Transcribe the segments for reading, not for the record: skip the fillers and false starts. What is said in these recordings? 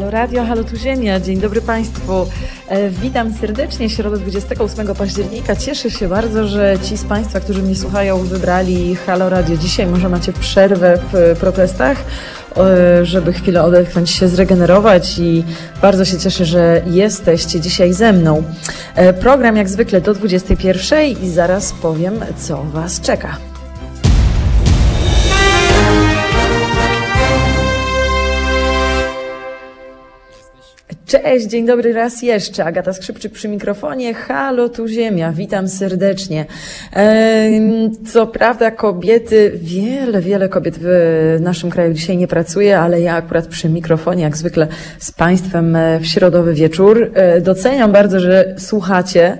Halo Radio, halo tu Ziemia, dzień dobry Państwu. Witam serdecznie, środę 28 października. Cieszę się bardzo, że ci z Państwa, którzy mnie słuchają, wybrali Halo Radio. Dzisiaj może macie przerwę w protestach, żeby chwilę odetchnąć się, zregenerować i bardzo się cieszę, że jesteście dzisiaj ze mną. Program jak zwykle do 21 i zaraz powiem, co Was czeka. Cześć, dzień dobry raz jeszcze. Agata Skrzypczyk przy mikrofonie. Halo, tu Ziemia. Witam serdecznie. Co prawda kobiety, wiele kobiet w naszym kraju dzisiaj nie pracuje, ale ja akurat przy mikrofonie, jak zwykle z Państwem w środowy wieczór. Doceniam bardzo, że słuchacie.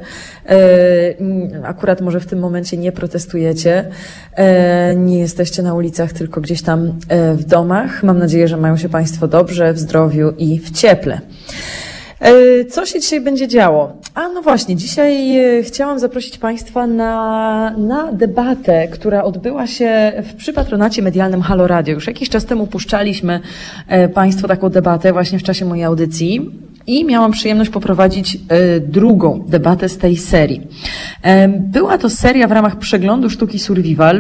Akurat może w tym momencie nie protestujecie, nie jesteście na ulicach, tylko gdzieś tam w domach. Mam nadzieję, że mają się Państwo dobrze, w zdrowiu i w cieple. Co się dzisiaj będzie działo? No właśnie, dzisiaj chciałam zaprosić Państwa na debatę, która odbyła się przy patronacie medialnym Halo Radio. Już jakiś czas temu puszczaliśmy Państwu taką debatę właśnie w czasie mojej audycji. I miałam przyjemność poprowadzić drugą debatę z tej serii. Była to seria w ramach przeglądu sztuki Survival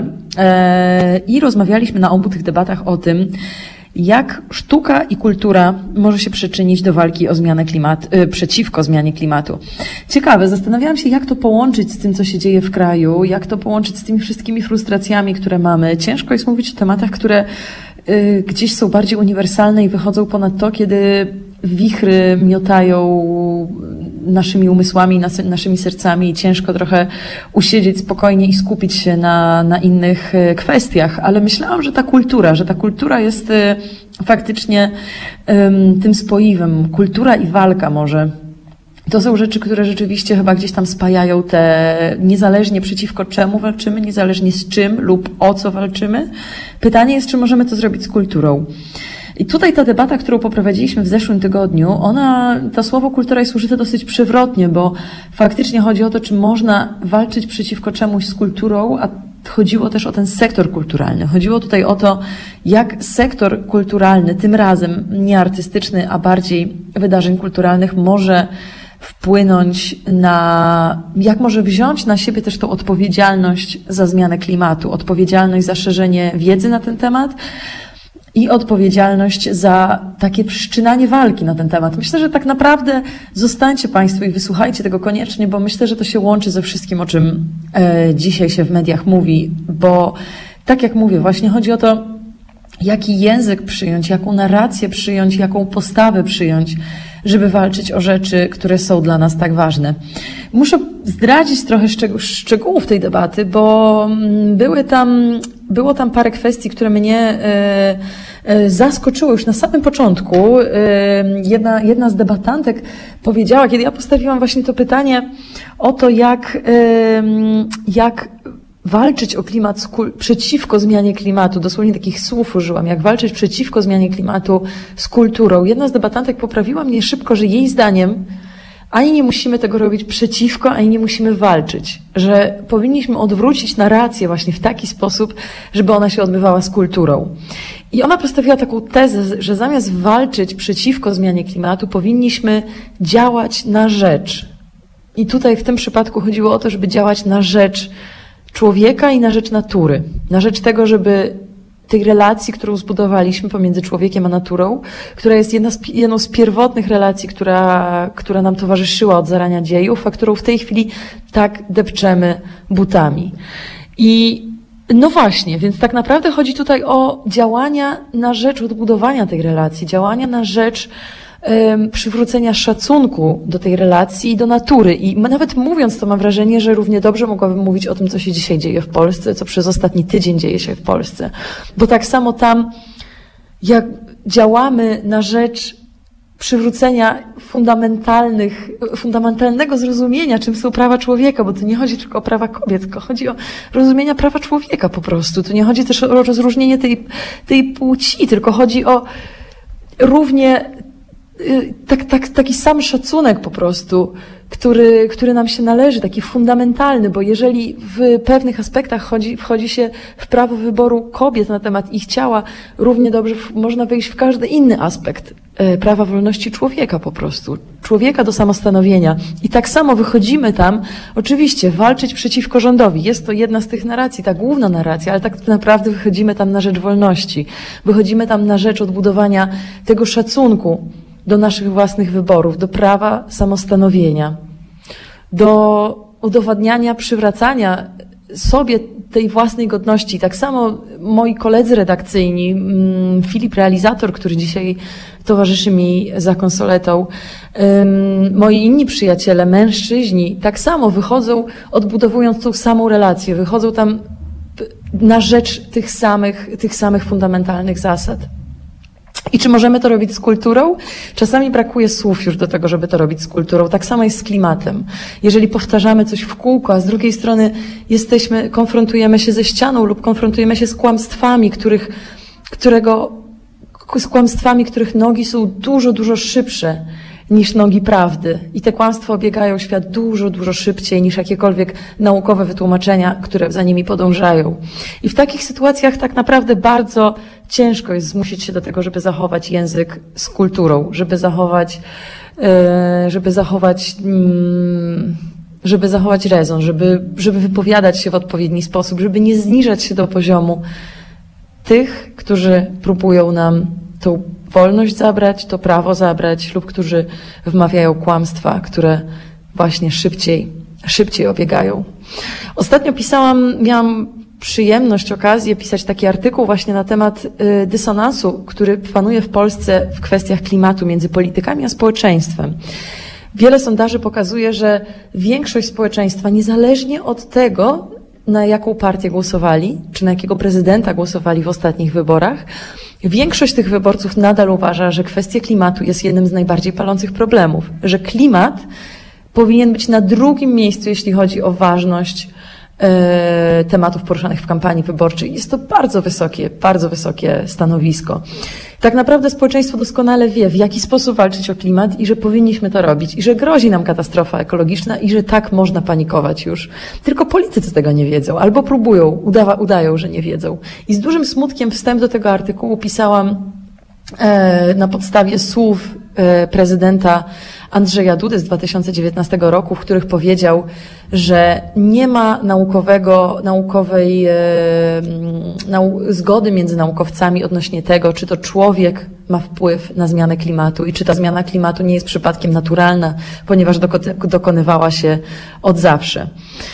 i rozmawialiśmy na obu tych debatach o tym, jak sztuka i kultura może się przyczynić do walki o zmianę klimatu, przeciwko zmianie klimatu. Ciekawe, zastanawiałam się, jak to połączyć z tym, co się dzieje w kraju, jak to połączyć z tymi wszystkimi frustracjami, które mamy. Ciężko jest mówić o tematach, które gdzieś są bardziej uniwersalne i wychodzą ponad to, kiedy wichry miotają naszymi umysłami, naszymi sercami i ciężko trochę usiedzieć spokojnie i skupić się na innych kwestiach, ale myślałam, że ta kultura jest faktycznie tym spoiwem. Kultura i walka może. To są rzeczy, które rzeczywiście chyba gdzieś tam spajają niezależnie przeciwko czemu walczymy, niezależnie z czym lub o co walczymy. Pytanie jest, czy możemy to zrobić z kulturą. I tutaj ta debata, którą poprowadziliśmy w zeszłym tygodniu, to słowo kultura jest użyte dosyć przewrotnie, bo faktycznie chodzi o to, czy można walczyć przeciwko czemuś z kulturą, a chodziło też o ten sektor kulturalny. Chodziło tutaj o to, jak sektor kulturalny, tym razem nie artystyczny, a bardziej wydarzeń kulturalnych może wpłynąć jak może wziąć na siebie też tą odpowiedzialność za zmianę klimatu, odpowiedzialność za szerzenie wiedzy na ten temat, i odpowiedzialność za takie wszczynanie walki na ten temat. Myślę, że tak naprawdę zostańcie Państwo i wysłuchajcie tego koniecznie, bo myślę, że to się łączy ze wszystkim, o czym dzisiaj się w mediach mówi, bo tak jak mówię, właśnie chodzi o to, jaki język przyjąć, jaką narrację przyjąć, jaką postawę przyjąć, żeby walczyć o rzeczy, które są dla nas tak ważne. Muszę zdradzić trochę szczegółów tej debaty, bo było tam parę kwestii, które mnie zaskoczyły już na samym początku. Jedna z debatantek powiedziała, kiedy ja postawiłam właśnie to pytanie o to, jak walczyć o klimat przeciwko zmianie klimatu, dosłownie takich słów użyłam, jak walczyć przeciwko zmianie klimatu z kulturą. Jedna z debatantek poprawiła mnie szybko, że jej zdaniem ani nie musimy tego robić przeciwko, ani nie musimy walczyć, że powinniśmy odwrócić narrację właśnie w taki sposób, żeby ona się odbywała z kulturą. I ona postawiła taką tezę, że zamiast walczyć przeciwko zmianie klimatu, powinniśmy działać na rzecz. I tutaj w tym przypadku chodziło o to, żeby działać na rzecz człowieka i na rzecz natury. Na rzecz tego, żeby tej relacji, którą zbudowaliśmy pomiędzy człowiekiem a naturą, która jest jedną z pierwotnych relacji, która nam towarzyszyła od zarania dziejów, a którą w tej chwili tak depczemy butami. I no właśnie, więc tak naprawdę chodzi tutaj o działania na rzecz odbudowania tej relacji, działania na rzecz przywrócenia szacunku do tej relacji i do natury. I nawet mówiąc to, mam wrażenie, że równie dobrze mogłabym mówić o tym, co się dzisiaj dzieje w Polsce, co przez ostatni tydzień dzieje się w Polsce. Bo tak samo tam, jak działamy na rzecz przywrócenia fundamentalnego zrozumienia, czym są prawa człowieka, bo tu nie chodzi tylko o prawa kobiet, tylko chodzi o rozumienie prawa człowieka po prostu. Tu nie chodzi też o rozróżnienie tej płci, tylko chodzi o równie taki sam szacunek po prostu, który nam się należy, taki fundamentalny, bo jeżeli w pewnych aspektach wchodzi się w prawo wyboru kobiet na temat ich ciała, równie dobrze można wejść w każdy inny aspekt prawa wolności człowieka po prostu, człowieka do samostanowienia. I tak samo wychodzimy tam, oczywiście, walczyć przeciwko rządowi. Jest to jedna z tych narracji, ta główna narracja, ale tak naprawdę wychodzimy tam na rzecz wolności. Wychodzimy tam na rzecz odbudowania tego szacunku do naszych własnych wyborów, do prawa samostanowienia, do udowadniania, przywracania sobie tej własnej godności. Tak samo moi koledzy redakcyjni, Filip realizator, który dzisiaj towarzyszy mi za konsoletą, moi inni przyjaciele, mężczyźni, tak samo wychodzą, odbudowując tą samą relację, wychodzą tam na rzecz tych samych fundamentalnych zasad. I czy możemy to robić z kulturą? Czasami brakuje słów już do tego, żeby to robić z kulturą. Tak samo jest z klimatem. Jeżeli powtarzamy coś w kółko, a z drugiej strony konfrontujemy się ze ścianą lub konfrontujemy się z kłamstwami, których nogi są dużo, dużo szybsze niż nogi prawdy. I te kłamstwa obiegają świat dużo, dużo szybciej niż jakiekolwiek naukowe wytłumaczenia, które za nimi podążają. I w takich sytuacjach tak naprawdę bardzo ciężko jest zmusić się do tego, żeby zachować język z kulturą, żeby zachować rezon, żeby wypowiadać się w odpowiedni sposób, żeby nie zniżać się do poziomu tych, którzy próbują nam tą wolność zabrać, to prawo zabrać lub którzy wmawiają kłamstwa, które właśnie szybciej obiegają. Ostatnio miałam przyjemność, okazję pisać taki artykuł właśnie na temat dysonansu, który panuje w Polsce w kwestiach klimatu między politykami a społeczeństwem. Wiele sondaży pokazuje, że większość społeczeństwa, niezależnie od tego, na jaką partię głosowali, czy na jakiego prezydenta głosowali w ostatnich wyborach, większość tych wyborców nadal uważa, że kwestia klimatu jest jednym z najbardziej palących problemów, że klimat powinien być na drugim miejscu, jeśli chodzi o ważność tematów poruszanych w kampanii wyborczej. Jest to bardzo wysokie stanowisko. Tak naprawdę społeczeństwo doskonale wie, w jaki sposób walczyć o klimat i że powinniśmy to robić i że grozi nam katastrofa ekologiczna i że tak można panikować już. Tylko politycy tego nie wiedzą albo próbują, udają, że nie wiedzą. I z dużym smutkiem wstęp do tego artykułu pisałam na podstawie słów prezydenta Andrzeja Dudy z 2019 roku, w których powiedział, że nie ma naukowej zgody między naukowcami odnośnie tego, czy to człowiek ma wpływ na zmianę klimatu i czy ta zmiana klimatu nie jest przypadkiem naturalna, ponieważ dokonywała się od zawsze.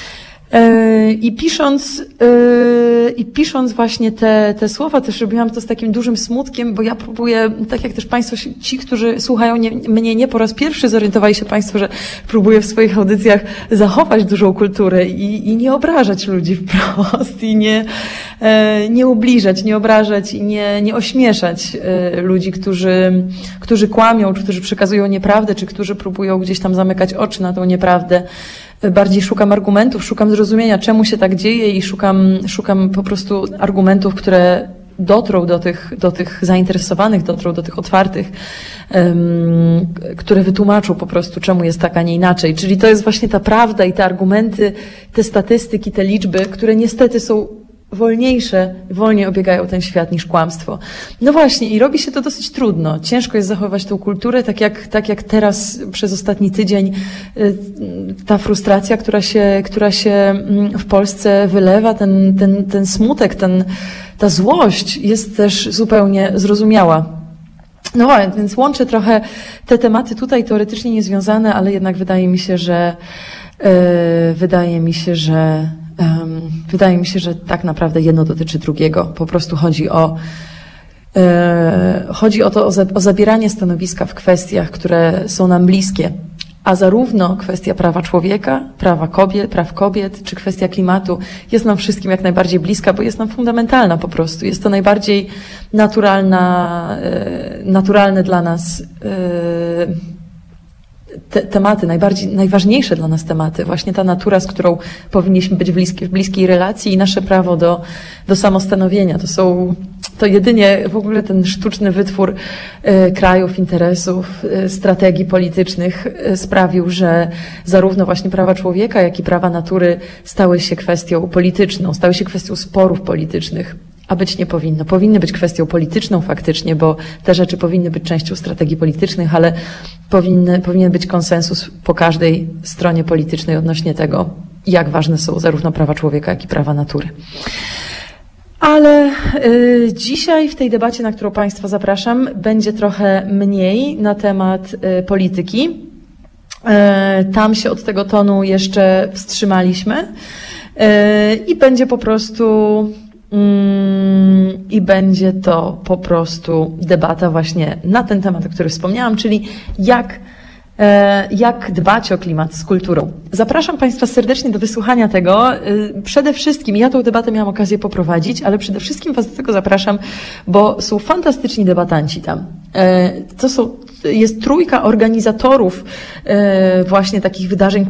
I pisząc właśnie te słowa, też robiłam to z takim dużym smutkiem, bo ja próbuję, tak jak też Państwo, ci, którzy słuchają mnie nie po raz pierwszy, zorientowali się Państwo, że próbuję w swoich audycjach zachować dużą kulturę i nie obrażać ludzi wprost i nie ubliżać, nie obrażać i nie ośmieszać ludzi, którzy kłamią, czy którzy przekazują nieprawdę, czy którzy próbują gdzieś tam zamykać oczy na tą nieprawdę. Bardziej szukam argumentów, szukam zrozumienia, czemu się tak dzieje i szukam po prostu argumentów, które dotrą do tych zainteresowanych, dotrą do tych otwartych, które wytłumaczą po prostu, czemu jest tak, a nie inaczej. Czyli to jest właśnie ta prawda i te argumenty, te statystyki, te liczby, które niestety są wolniej obiegają ten świat niż kłamstwo. No właśnie, i robi się to dosyć trudno. Ciężko jest zachować tą kulturę, tak jak teraz przez ostatni tydzień ta frustracja, która się w Polsce wylewa, ten smutek, ta złość jest też zupełnie zrozumiała. No więc łączę trochę te tematy tutaj teoretycznie niezwiązane, ale jednak wydaje mi się, że tak naprawdę jedno dotyczy drugiego. Po prostu chodzi o to, o zabieranie stanowiska w kwestiach, które są nam bliskie. A zarówno kwestia prawa człowieka, praw kobiet, czy kwestia klimatu jest nam wszystkim jak najbardziej bliska, bo jest nam fundamentalna po prostu. Jest to najbardziej naturalne dla nas tematy, najważniejsze dla nas tematy. Właśnie ta natura, z którą powinniśmy być w bliskiej relacji i nasze prawo do samostanowienia. To jedynie w ogóle ten sztuczny wytwór krajów, interesów, strategii politycznych sprawił, że zarówno właśnie prawa człowieka, jak i prawa natury stały się kwestią polityczną, stały się kwestią sporów politycznych. a być nie powinno. Powinny być kwestią polityczną faktycznie, bo te rzeczy powinny być częścią strategii politycznych, ale powinien być konsensus po każdej stronie politycznej odnośnie tego, jak ważne są zarówno prawa człowieka, jak i prawa natury. Ale dzisiaj w tej debacie, na którą Państwa zapraszam, będzie trochę mniej na temat polityki. Tam się od tego tonu jeszcze wstrzymaliśmy i będzie po prostu będzie to po prostu debata właśnie na ten temat, o którym wspomniałam, czyli jak dbać o klimat z kulturą. Zapraszam Państwa serdecznie do wysłuchania tego. Przede wszystkim, ja tę debatę miałam okazję poprowadzić, ale przede wszystkim Was do tego zapraszam, bo są fantastyczni debatanci tam. Jest trójka organizatorów właśnie takich wydarzeń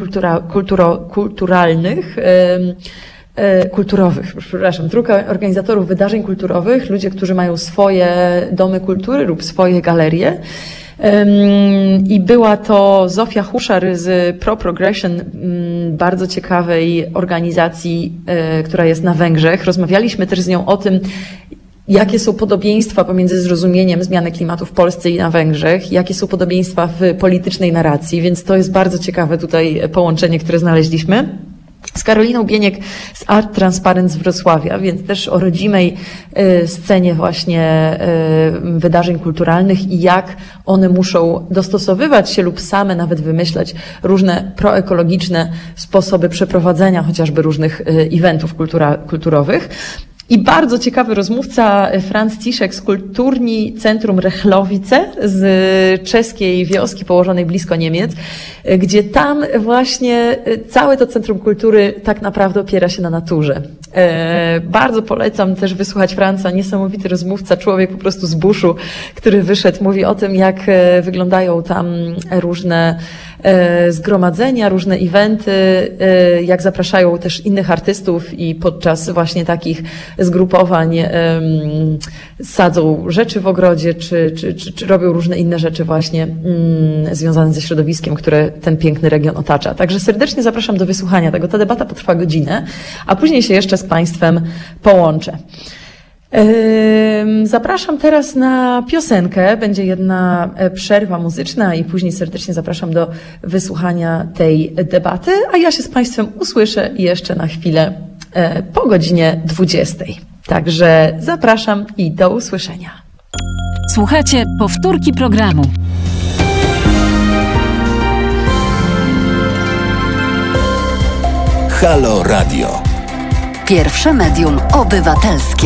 trójka organizatorów wydarzeń kulturowych, ludzie, którzy mają swoje domy kultury lub swoje galerie. I była to Zofia Huszar z Pro Progression, bardzo ciekawej organizacji, która jest na Węgrzech. Rozmawialiśmy też z nią o tym, jakie są podobieństwa pomiędzy zrozumieniem zmiany klimatu w Polsce i na Węgrzech, jakie są podobieństwa w politycznej narracji, więc to jest bardzo ciekawe tutaj połączenie, które znaleźliśmy. Z Karoliną Bieniek z Art Transparent z Wrocławia, więc też o rodzimej scenie właśnie wydarzeń kulturalnych i jak one muszą dostosowywać się lub same nawet wymyślać różne proekologiczne sposoby przeprowadzenia chociażby różnych eventów kulturowych. I bardzo ciekawy rozmówca Franz Ciszek z Kulturni Centrum Rechlowice z czeskiej wioski położonej blisko Niemiec, gdzie tam właśnie całe to Centrum Kultury tak naprawdę opiera się na naturze. Bardzo polecam też wysłuchać Franca, niesamowity rozmówca, człowiek po prostu z buszu, który wyszedł, mówi o tym, jak wyglądają tam różne zgromadzenia, różne eventy, jak zapraszają też innych artystów i podczas właśnie takich zgrupowań sadzą rzeczy w ogrodzie, czy robią różne inne rzeczy właśnie związane ze środowiskiem, które ten piękny region otacza. Także serdecznie zapraszam do wysłuchania tego. Ta debata potrwa godzinę, a później się jeszcze z Państwem połączę. Zapraszam teraz na piosenkę. Będzie jedna przerwa muzyczna i później serdecznie zapraszam do wysłuchania tej debaty, a ja się z Państwem usłyszę jeszcze na chwilę po godzinie 20. Także zapraszam i do usłyszenia. Słuchajcie powtórki programu. Halo Radio. Pierwsze medium obywatelskie.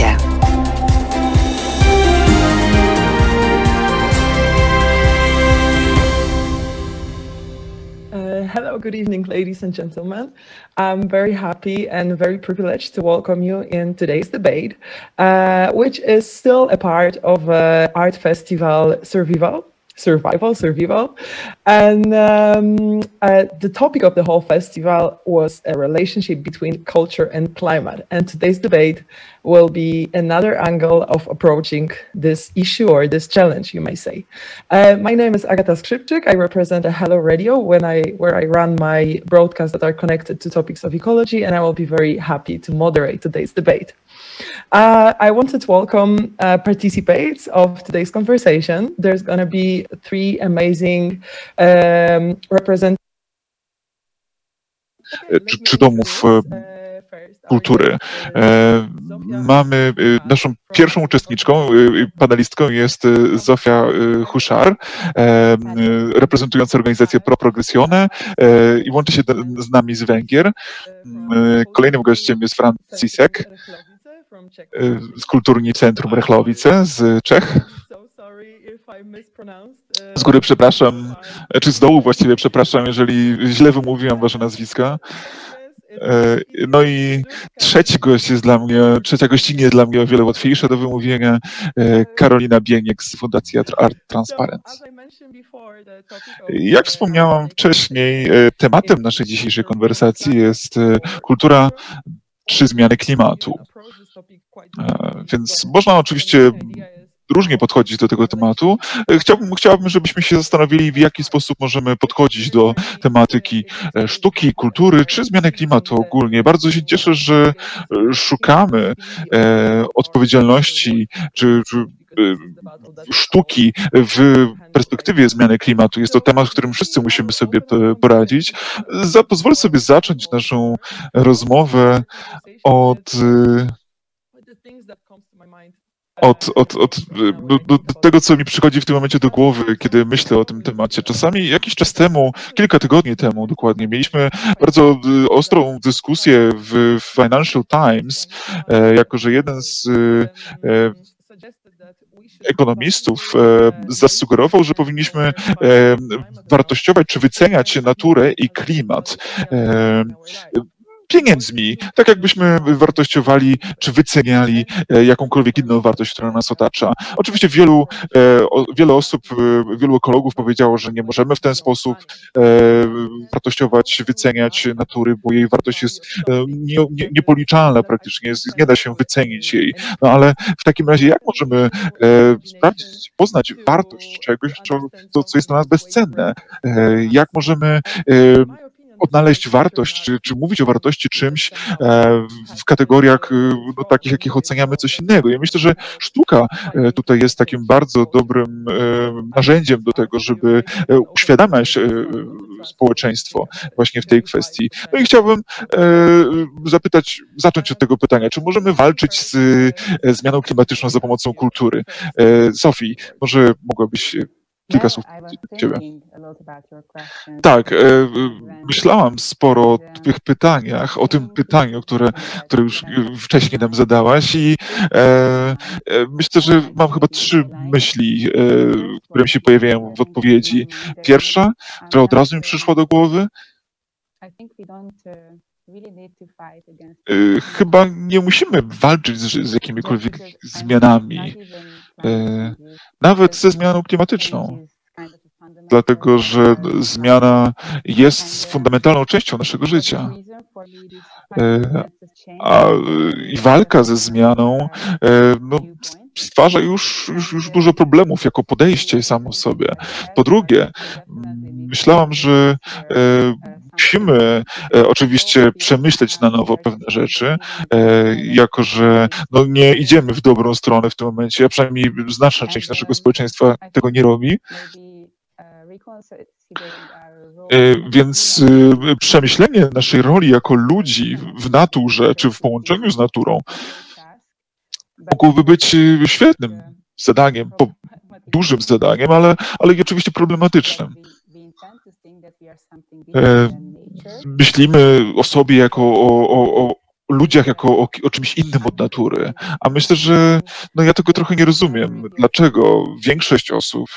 Hello, good evening, ladies and gentlemen. I'm very happy and very privileged to welcome you in today's debate, which is still a part of Art Festival Survival. And the topic of the whole festival was a relationship between culture and climate. And today's debate will be another angle of approaching this issue or this challenge, you may say. My name is Agata Skrzypczyk. I represent a Hello Radio where I run my broadcasts that are connected to topics of ecology, and I will be very happy to moderate today's debate. I wanted to welcome participants of today's conversation. There's going to be three amazing representatives. Czy domów kultury. Mamy naszą pierwszą uczestniczką, panelistką jest Zofia Huszar, reprezentująca organizację Pro Progressione i łączy się z nami z Węgier. Kolejnym gościem jest Franz Ciszek z Kulturni Centrum Rechlowice z Czech. Z góry przepraszam, czy z dołu właściwie przepraszam, jeżeli źle wymówiłam wasze nazwiska. No i trzeci gość jest dla mnie, trzecia gościnie jest dla mnie o wiele łatwiejsza do wymówienia, Karolina Bieniek z Fundacji Art Transparent. Jak wspomniałam wcześniej, tematem naszej dzisiejszej konwersacji jest kultura czy zmiany klimatu. Więc można oczywiście różnie podchodzić do tego tematu. Chciałbym, żebyśmy się zastanowili, w jaki sposób możemy podchodzić do tematyki sztuki, kultury czy zmiany klimatu ogólnie. Bardzo się cieszę, że szukamy odpowiedzialności czy sztuki w perspektywie zmiany klimatu. Jest to temat, z którym wszyscy musimy sobie poradzić. Pozwolę sobie zacząć naszą rozmowę od do tego, co mi przychodzi w tym momencie do głowy, kiedy myślę o tym temacie. Czasami jakiś czas temu, kilka tygodni temu dokładnie, mieliśmy bardzo ostrą dyskusję w Financial Times, jako że jeden z ekonomistów zasugerował, że powinniśmy wartościować czy wyceniać naturę i klimat pieniędzmi, tak jakbyśmy wartościowali czy wyceniali jakąkolwiek inną wartość, która nas otacza. Oczywiście wiele osób, wielu ekologów powiedziało, że nie możemy w ten sposób wartościować, wyceniać natury, bo jej wartość jest niepoliczalna praktycznie, nie da się wycenić jej. No ale w takim razie jak możemy sprawdzić, poznać wartość czegoś, co jest dla nas bezcenne? Jak możemy odnaleźć wartość, czy mówić o wartości czymś w kategoriach takich, jakich oceniamy coś innego. Ja myślę, że sztuka tutaj jest takim bardzo dobrym narzędziem do tego, żeby uświadamiać społeczeństwo właśnie w tej kwestii. No i chciałbym zacząć od tego pytania, czy możemy walczyć z zmianą klimatyczną za pomocą kultury? Sofii, może mogłabyś kilka słów od ciebie. Tak, myślałam sporo o tych pytaniach, o tym pytaniu, które już wcześniej nam zadałaś i myślę, że mam chyba 3 myśli, które mi się pojawiają w odpowiedzi. Pierwsza, która od razu mi przyszła do głowy, chyba nie musimy walczyć z jakimikolwiek zmianami, nawet ze zmianą klimatyczną, dlatego że zmiana jest fundamentalną częścią naszego życia. I walka ze zmianą stwarza już dużo problemów jako podejście samo w sobie. Po drugie, myślałam, że musimy oczywiście przemyśleć na nowo pewne rzeczy, jako że nie idziemy w dobrą stronę w tym momencie, a przynajmniej znaczna część naszego społeczeństwa tego nie robi. Więc przemyślenie naszej roli jako ludzi w naturze, czy w połączeniu z naturą mogłoby być świetnym zadaniem, dużym zadaniem, ale i oczywiście problematycznym. Myślimy o sobie jako o ludziach jako o czymś innym od natury, a myślę, że ja tego trochę nie rozumiem. Dlaczego większość osób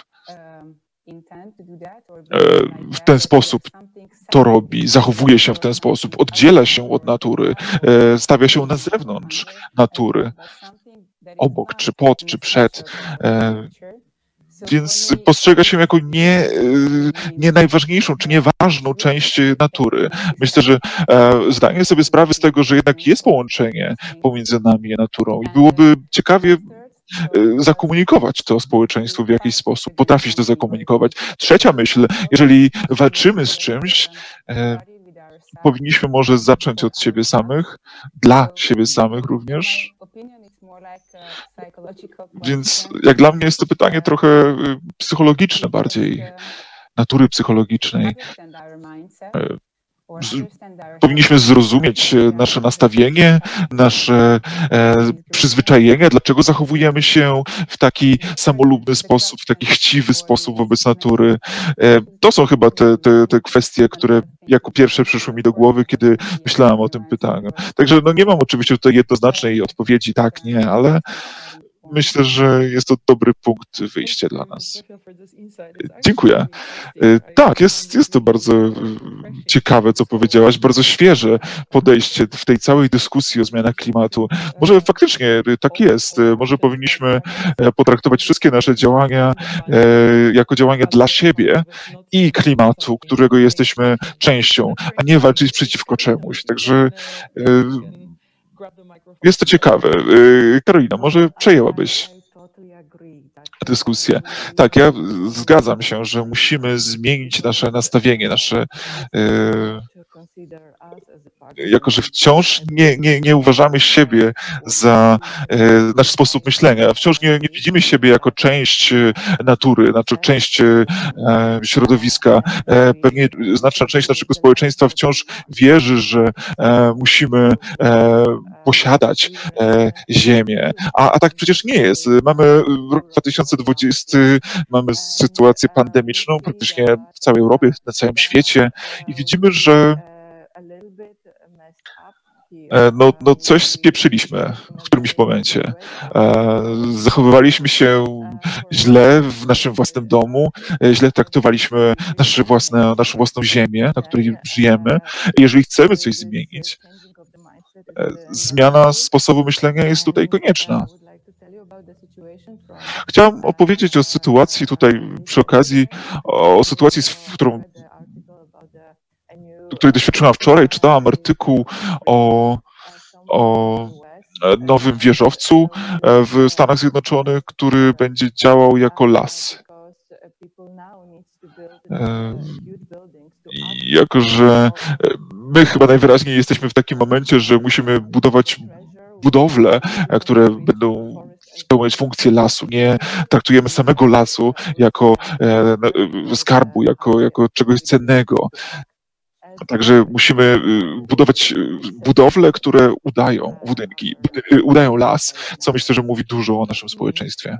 w ten sposób to robi, zachowuje się w ten sposób, oddziela się od natury, stawia się na zewnątrz natury, obok, czy pod, czy przed. Więc postrzega się jako nie najważniejszą, czy nieważną część natury. Myślę, że zdaję sobie sprawę z tego, że jednak jest połączenie pomiędzy nami a naturą i byłoby ciekawie zakomunikować to społeczeństwu w jakiś sposób, potrafić to zakomunikować. Trzecia myśl, jeżeli walczymy z czymś, powinniśmy może zacząć od siebie samych, dla siebie samych również. Więc jak dla mnie jest to pytanie trochę psychologiczne bardziej, natury psychologicznej. Powinniśmy zrozumieć nasze nastawienie, nasze przyzwyczajenie, dlaczego zachowujemy się w taki samolubny sposób, w taki chciwy sposób wobec natury. To są chyba te kwestie, które jako pierwsze przyszły mi do głowy, kiedy myślałam o tym pytaniu. Także nie mam oczywiście tutaj jednoznacznej odpowiedzi tak, nie, ale myślę, że jest to dobry punkt wyjścia dla nas. Dziękuję. Tak, jest to bardzo ciekawe, co powiedziałaś, bardzo świeże podejście w tej całej dyskusji o zmianach klimatu. Może faktycznie tak jest. Może powinniśmy potraktować wszystkie nasze działania jako działania dla siebie i klimatu, którego jesteśmy częścią, a nie walczyć przeciwko czemuś. Także jest to ciekawe. Karolina, może przejęłabyś? dyskusję. Tak, ja zgadzam się, że musimy zmienić nasze nastawienie, jako że wciąż nie uważamy siebie za nasz sposób myślenia. Wciąż nie widzimy siebie jako część natury, znaczy część środowiska. Pewnie znaczna część naszego społeczeństwa wciąż wierzy, że musimy posiadać ziemię, a tak przecież nie jest. Mamy rok 2020, mamy sytuację pandemiczną praktycznie w całej Europie, na całym świecie i widzimy, że no coś spieprzyliśmy w którymś momencie. Zachowywaliśmy się źle w naszym własnym domu, źle traktowaliśmy naszą własną ziemię, na której żyjemy. I jeżeli chcemy coś zmienić, zmiana sposobu myślenia jest tutaj konieczna. Chciałam opowiedzieć o sytuacji tutaj przy okazji, o sytuacji, której doświadczyłam wczoraj. Czytałam artykuł o nowym wieżowcu w Stanach Zjednoczonych, który będzie działał jako las. Jako że my chyba najwyraźniej jesteśmy w takim momencie, że musimy budować budowle, które będą spełniać funkcję lasu. Nie traktujemy samego lasu jako skarbu, jako czegoś cennego. Także musimy budować budowle, które udają budynki, udają las, co myślę, że mówi dużo o naszym społeczeństwie.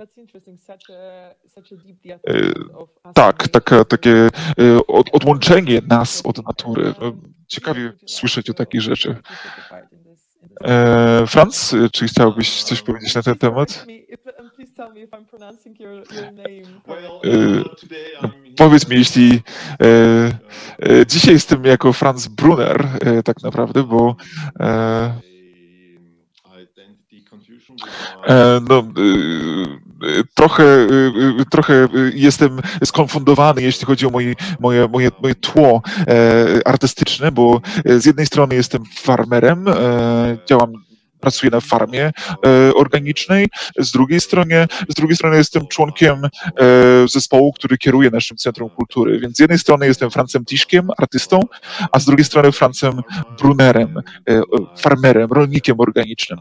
Tak, takie odłączenie nas od natury. Ciekawie słyszeć o takich rzeczach. Franz, czy chciałbyś coś powiedzieć na ten temat? Powiedz mi, jeśli dzisiaj jestem jako Franz Brunner tak naprawdę, bo trochę jestem skonfundowany, jeśli chodzi o moje tło artystyczne, bo z jednej strony jestem farmerem, pracuję na farmie organicznej, z drugiej strony jestem członkiem zespołu, który kieruje naszym Centrum Kultury. Więc z jednej strony jestem Francem Tischkiem, artystą, a z drugiej strony Francem Brunnerem, farmerem, rolnikiem organicznym,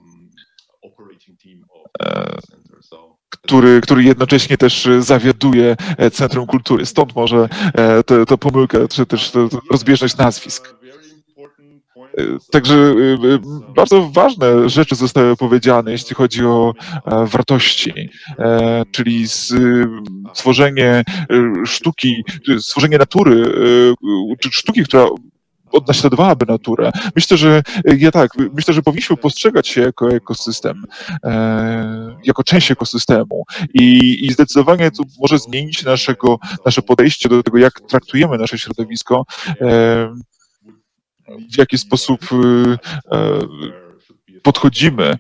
który jednocześnie też zawiaduje Centrum Kultury. Stąd może ta pomyłka, czy też rozbieżność nazwisk. Także bardzo ważne rzeczy zostały powiedziane, jeśli chodzi o wartości, czyli stworzenie sztuki, stworzenie natury, czy sztuki, która odnaśladowałaby naturę. Myślę, że powinniśmy postrzegać się jako ekosystem, jako część ekosystemu i zdecydowanie to może zmienić nasze podejście do tego, jak traktujemy nasze środowisko, w jaki sposób podchodzimy.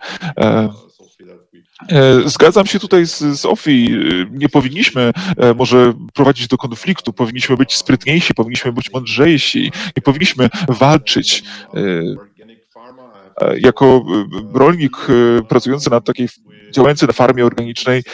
Zgadzam się tutaj z Sophie. Nie powinniśmy może prowadzić do konfliktu, powinniśmy być sprytniejsi, powinniśmy być mądrzejsi, nie powinniśmy walczyć. Jako rolnik pracujący działający na farmie organicznej,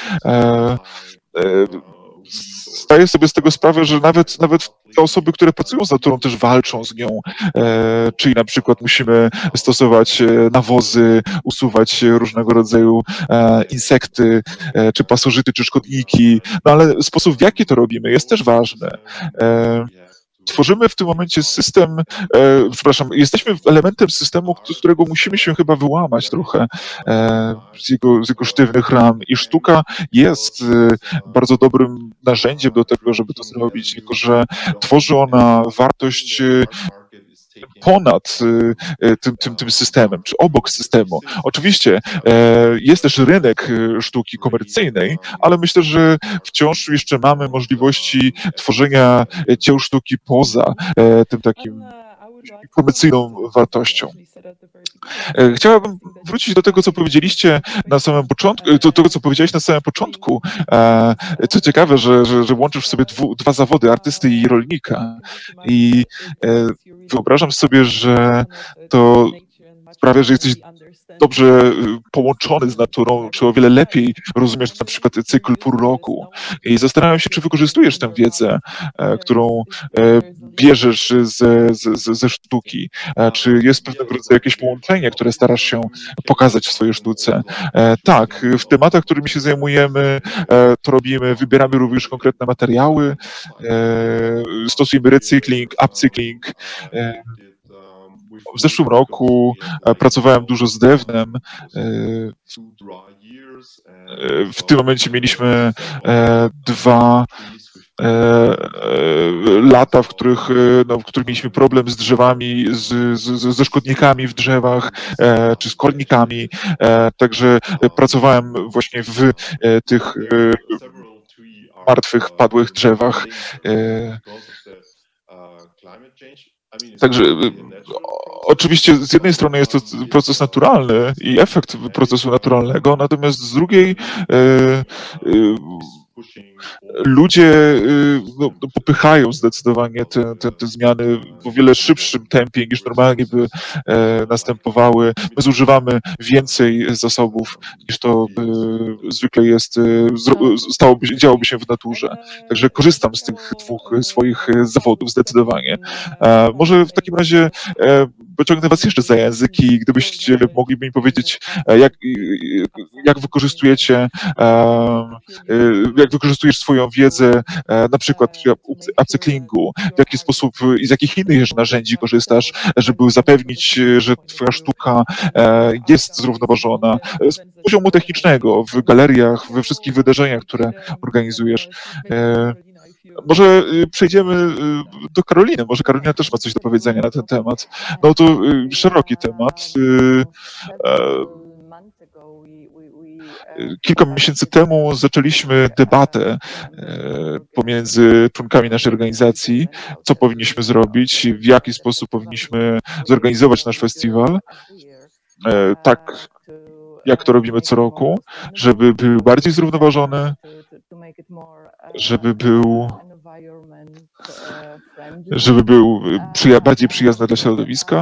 zdaję sobie z tego sprawę, że nawet te osoby, które pracują z naturą, też walczą z nią, czyli na przykład musimy stosować nawozy, usuwać różnego rodzaju insekty, czy pasożyty, czy szkodniki, no ale sposób, w jaki to robimy, jest też ważny. Tworzymy w tym momencie system, jesteśmy elementem systemu, z którego musimy się chyba wyłamać trochę z jego sztywnych ram i sztuka jest bardzo dobrym narzędziem do tego, żeby to zrobić, tylko że tworzy ona wartość ponad tym systemem, czy obok systemu. Oczywiście jest też rynek sztuki komercyjnej, ale myślę, że wciąż jeszcze mamy możliwości tworzenia dzieł sztuki poza tym takim komercyjną wartością. Chciałabym wrócić do tego, co powiedzieliście na samym początku, do tego, co powiedziałeś na samym początku. Co ciekawe, że łączysz w sobie dwa zawody, artysty i rolnika. I wyobrażam sobie, że to sprawia, że jesteś dobrze połączony z naturą, czy o wiele lepiej rozumiesz na przykład cykl pór roku. I zastanawiam się, czy wykorzystujesz tę wiedzę, którą bierzesz ze sztuki. Czy jest pewnego rodzaju jakieś połączenie, które starasz się pokazać w swojej sztuce? Tak, w tematach, którymi się zajmujemy, to robimy, wybieramy również konkretne materiały, stosujemy recykling, upcykling. W zeszłym roku pracowałem dużo z drewnem. W tym momencie mieliśmy 2 lata, w których mieliśmy problem z drzewami, ze szkodnikami w drzewach, czy z kornikami. Także pracowałem właśnie w tych martwych, padłych drzewach. Także oczywiście z jednej strony jest to proces naturalny i efekt procesu naturalnego, natomiast z drugiej ludzie popychają zdecydowanie te zmiany w o wiele szybszym tempie niż normalnie by następowały. My zużywamy więcej zasobów niż to zwykle jest, działoby się w naturze. Także korzystam z tych 2 swoich zawodów zdecydowanie. Może w takim razie pociągnę was jeszcze za język i gdybyście mogli mi powiedzieć, jak wykorzystujesz swoją wiedzę na przykład przy upcyklingu, w jaki sposób i z jakich innych jeszcze narzędzi korzystasz, żeby zapewnić, że twoja sztuka jest zrównoważona z poziomu technicznego w galeriach, we wszystkich wydarzeniach, które organizujesz. Może przejdziemy do Karoliny. Może Karolina też ma coś do powiedzenia na ten temat. No to szeroki temat. Kilka miesięcy temu zaczęliśmy debatę pomiędzy członkami naszej organizacji, co powinniśmy zrobić, w jaki sposób powinniśmy zorganizować nasz festiwal, tak jak to robimy co roku, żeby był bardziej zrównoważony, żeby był bardziej przyjazny dla środowiska.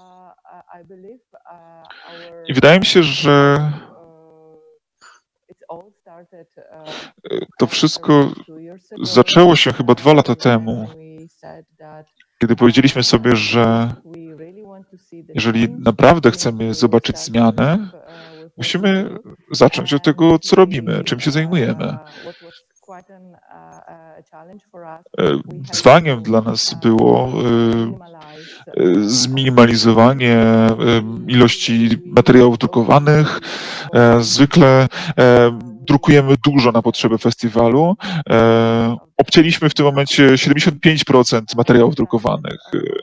I wydaje mi się, że to wszystko zaczęło się chyba 2 lata temu, kiedy powiedzieliśmy sobie, że jeżeli naprawdę chcemy zobaczyć zmianę, musimy zacząć od tego, co robimy, czym się zajmujemy. Wyzwaniem dla nas było zminimalizowanie ilości materiałów drukowanych. Zwykle drukujemy dużo na potrzeby festiwalu. Obcięliśmy w tym momencie 75% materiałów drukowanych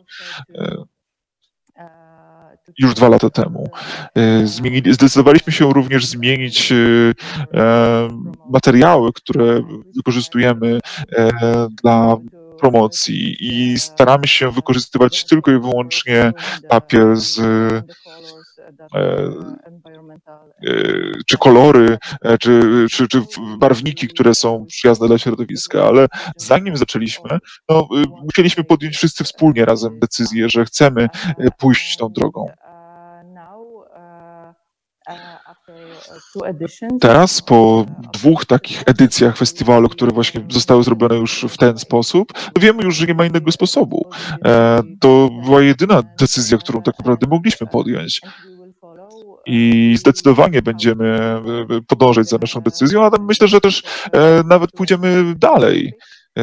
już 2 lata temu. Zdecydowaliśmy się również zmienić materiały, które wykorzystujemy dla promocji i staramy się wykorzystywać tylko i wyłącznie papier czy kolory, czy barwniki, które są przyjazne dla środowiska, ale zanim zaczęliśmy, musieliśmy podjąć wszyscy wspólnie razem decyzję, że chcemy pójść tą drogą. Teraz po 2 takich edycjach festiwalu, które właśnie zostały zrobione już w ten sposób, wiemy już, że nie ma innego sposobu. To była jedyna decyzja, którą tak naprawdę mogliśmy podjąć. I zdecydowanie będziemy podążać za naszą decyzją, a myślę, że też nawet pójdziemy dalej,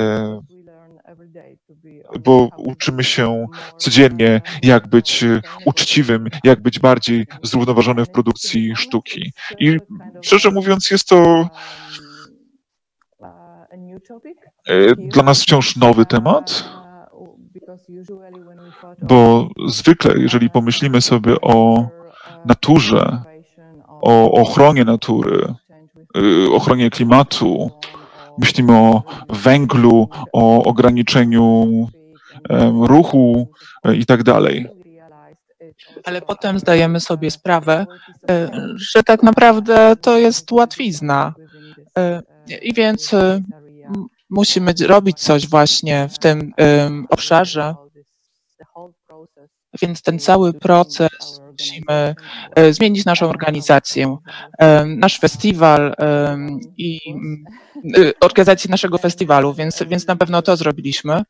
bo uczymy się codziennie, jak być uczciwym, jak być bardziej zrównoważonym w produkcji sztuki. I szczerze mówiąc, jest to dla nas wciąż nowy temat, bo zwykle, jeżeli pomyślimy sobie o naturze, o ochronie natury, ochronie klimatu, myślimy o węglu, o ograniczeniu ruchu i tak dalej. Ale potem zdajemy sobie sprawę, że tak naprawdę to jest łatwizna. I więc musimy robić coś właśnie w tym obszarze. Więc ten cały proces musimy zmienić naszą organizację, nasz festiwal i organizację naszego festiwalu, więc na pewno to zrobiliśmy.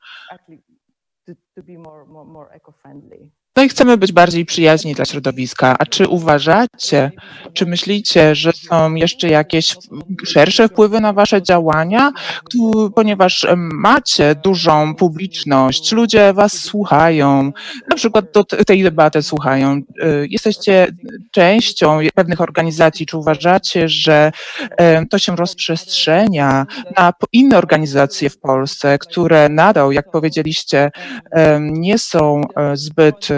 No i chcemy być bardziej przyjaźni dla środowiska. A czy uważacie, czy myślicie, że są jeszcze jakieś szersze wpływy na wasze działania? Ponieważ macie dużą publiczność, ludzie was słuchają, na przykład do tej debaty słuchają, jesteście częścią pewnych organizacji. Czy uważacie, że to się rozprzestrzenia na inne organizacje w Polsce, które nadal, jak powiedzieliście, nie są zbyt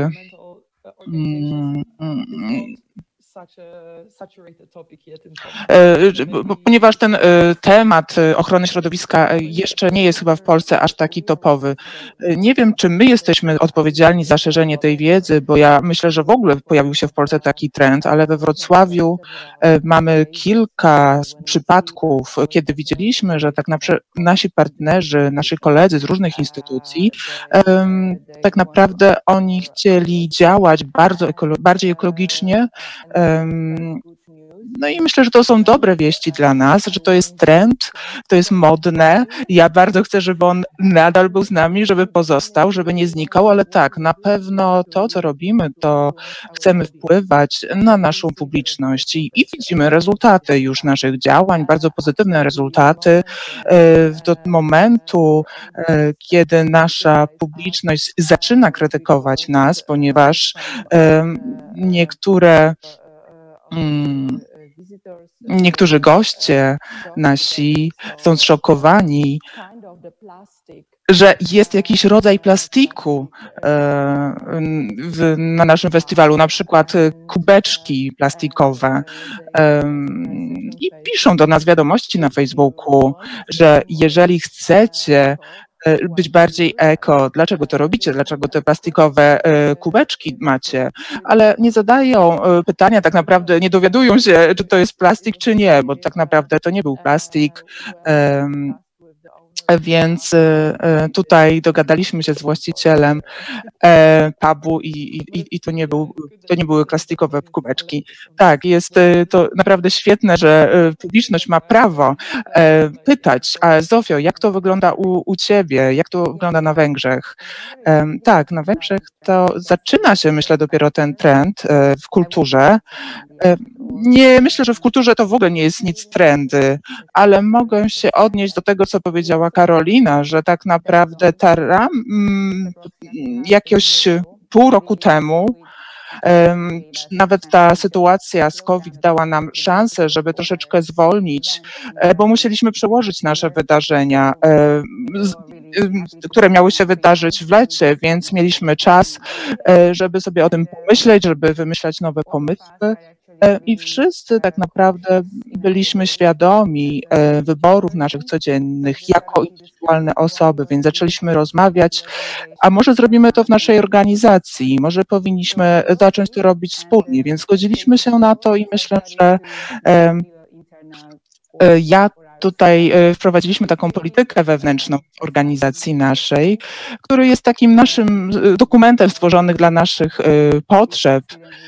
ponieważ ten temat ochrony środowiska jeszcze nie jest chyba w Polsce aż taki topowy. Nie wiem, czy my jesteśmy odpowiedzialni za szerzenie tej wiedzy, bo ja myślę, że w ogóle pojawił się w Polsce taki trend, ale we Wrocławiu mamy kilka przypadków, kiedy widzieliśmy, że tak nasi partnerzy, nasi koledzy z różnych instytucji, tak naprawdę oni chcieli działać bardziej ekologicznie. No i myślę, że to są dobre wieści dla nas, że to jest trend, to jest modne. Ja bardzo chcę, żeby on nadal był z nami, żeby pozostał, żeby nie znikał, ale tak, na pewno to, co robimy, to chcemy wpływać na naszą publiczność i widzimy rezultaty już naszych działań, bardzo pozytywne rezultaty. Do momentu, kiedy nasza publiczność zaczyna krytykować nas, ponieważ niektórzy goście nasi są zszokowani, że jest jakiś rodzaj plastiku na naszym festiwalu, na przykład kubeczki plastikowe. I piszą do nas wiadomości na Facebooku, że jeżeli chcecie być bardziej eko, dlaczego to robicie, dlaczego te plastikowe kubeczki macie, ale nie zadają pytania, tak naprawdę nie dowiadują się, czy to jest plastik, czy nie, bo tak naprawdę to nie był plastik. Więc tutaj dogadaliśmy się z właścicielem pubu i to nie były plastikowe kubeczki. Tak, jest to naprawdę świetne, że publiczność ma prawo pytać, a Zofio, jak to wygląda u ciebie, jak to wygląda na Węgrzech? Tak, na Węgrzech to zaczyna się, myślę, dopiero ten trend w kulturze. Nie, myślę, że w kulturze to w ogóle nie jest nic trendy, ale mogę się odnieść do tego, co powiedziała Karolina, że tak naprawdę jakieś pół roku temu nawet ta sytuacja z COVID dała nam szansę, żeby troszeczkę zwolnić, bo musieliśmy przełożyć nasze wydarzenia, które miały się wydarzyć w lecie, więc mieliśmy czas, żeby sobie o tym pomyśleć, żeby wymyślać nowe pomysły. I wszyscy tak naprawdę byliśmy świadomi wyborów naszych codziennych jako indywidualne osoby, więc zaczęliśmy rozmawiać, a może zrobimy to w naszej organizacji, może powinniśmy zacząć to robić wspólnie, więc zgodziliśmy się na to i myślę, że tutaj wprowadziliśmy taką politykę wewnętrzną w organizacji naszej, który jest takim naszym dokumentem stworzonych dla naszych potrzeb.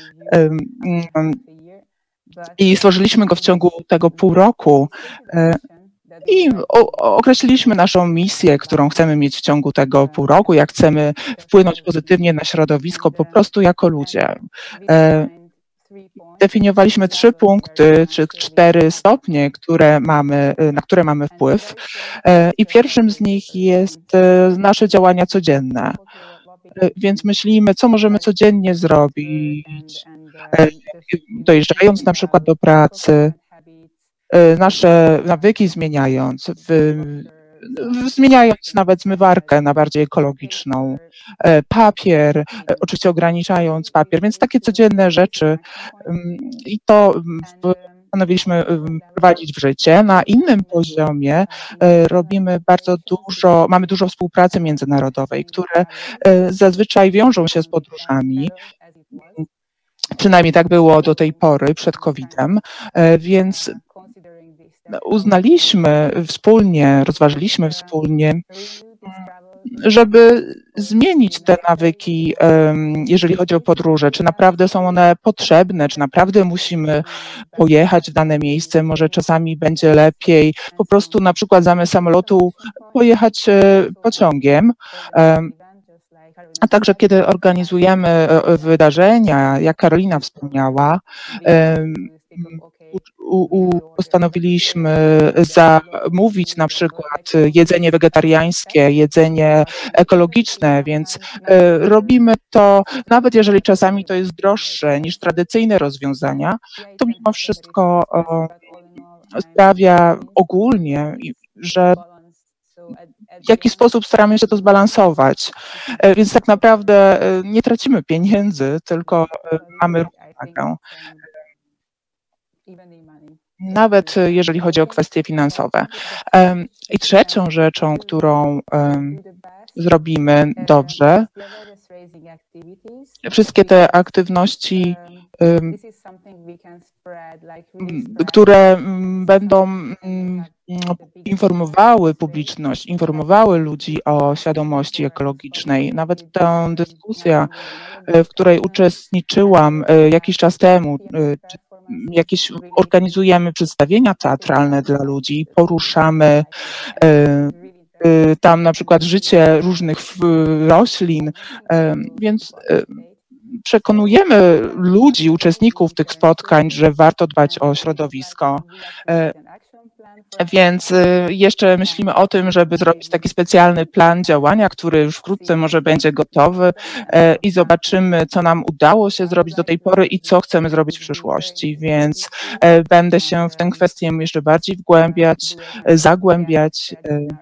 I stworzyliśmy go w ciągu tego pół roku i określiliśmy naszą misję, którą chcemy mieć w ciągu tego pół roku, jak chcemy wpłynąć pozytywnie na środowisko po prostu jako ludzie. Definiowaliśmy 3 punkty czy 4 stopnie, na które mamy wpływ i pierwszym z nich jest nasze działania codzienne. Więc myślimy, co możemy codziennie zrobić, dojeżdżając na przykład do pracy, nasze nawyki zmieniając nawet zmywarkę na bardziej ekologiczną, papier, oczywiście ograniczając papier, więc takie codzienne rzeczy i to postanowiliśmy wprowadzić w życie. Na innym poziomie mamy dużo współpracy międzynarodowej, które zazwyczaj wiążą się z podróżami. Przynajmniej tak było do tej pory, przed COVID-em, więc rozważyliśmy wspólnie, żeby zmienić te nawyki, jeżeli chodzi o podróże. Czy naprawdę są one potrzebne, czy naprawdę musimy pojechać w dane miejsce, może czasami będzie lepiej po prostu na przykład zamiast samolotu pojechać pociągiem. A także kiedy organizujemy wydarzenia, jak Karolina wspomniała, postanowiliśmy zamówić na przykład jedzenie wegetariańskie, jedzenie ekologiczne, więc robimy to, nawet jeżeli czasami to jest droższe niż tradycyjne rozwiązania, to mimo wszystko sprawia ogólnie, że w jaki sposób staramy się to zbalansować. Więc tak naprawdę nie tracimy pieniędzy, tylko mamy równowagę. Nawet jeżeli chodzi o kwestie finansowe. I trzecią rzeczą, którą zrobimy dobrze, wszystkie te aktywności, które będą informowały publiczność, informowały ludzi o świadomości ekologicznej. Nawet ta dyskusja, w której uczestniczyłam jakiś czas temu, jakieś organizujemy przedstawienia teatralne dla ludzi, poruszamy tam na przykład życie różnych roślin, więc przekonujemy ludzi, uczestników tych spotkań, że warto dbać o środowisko. Więc jeszcze myślimy o tym, żeby zrobić taki specjalny plan działania, który już wkrótce może będzie gotowy i zobaczymy, co nam udało się zrobić do tej pory i co chcemy zrobić w przyszłości. Więc będę się w tę kwestię jeszcze bardziej wgłębiać, zagłębiać.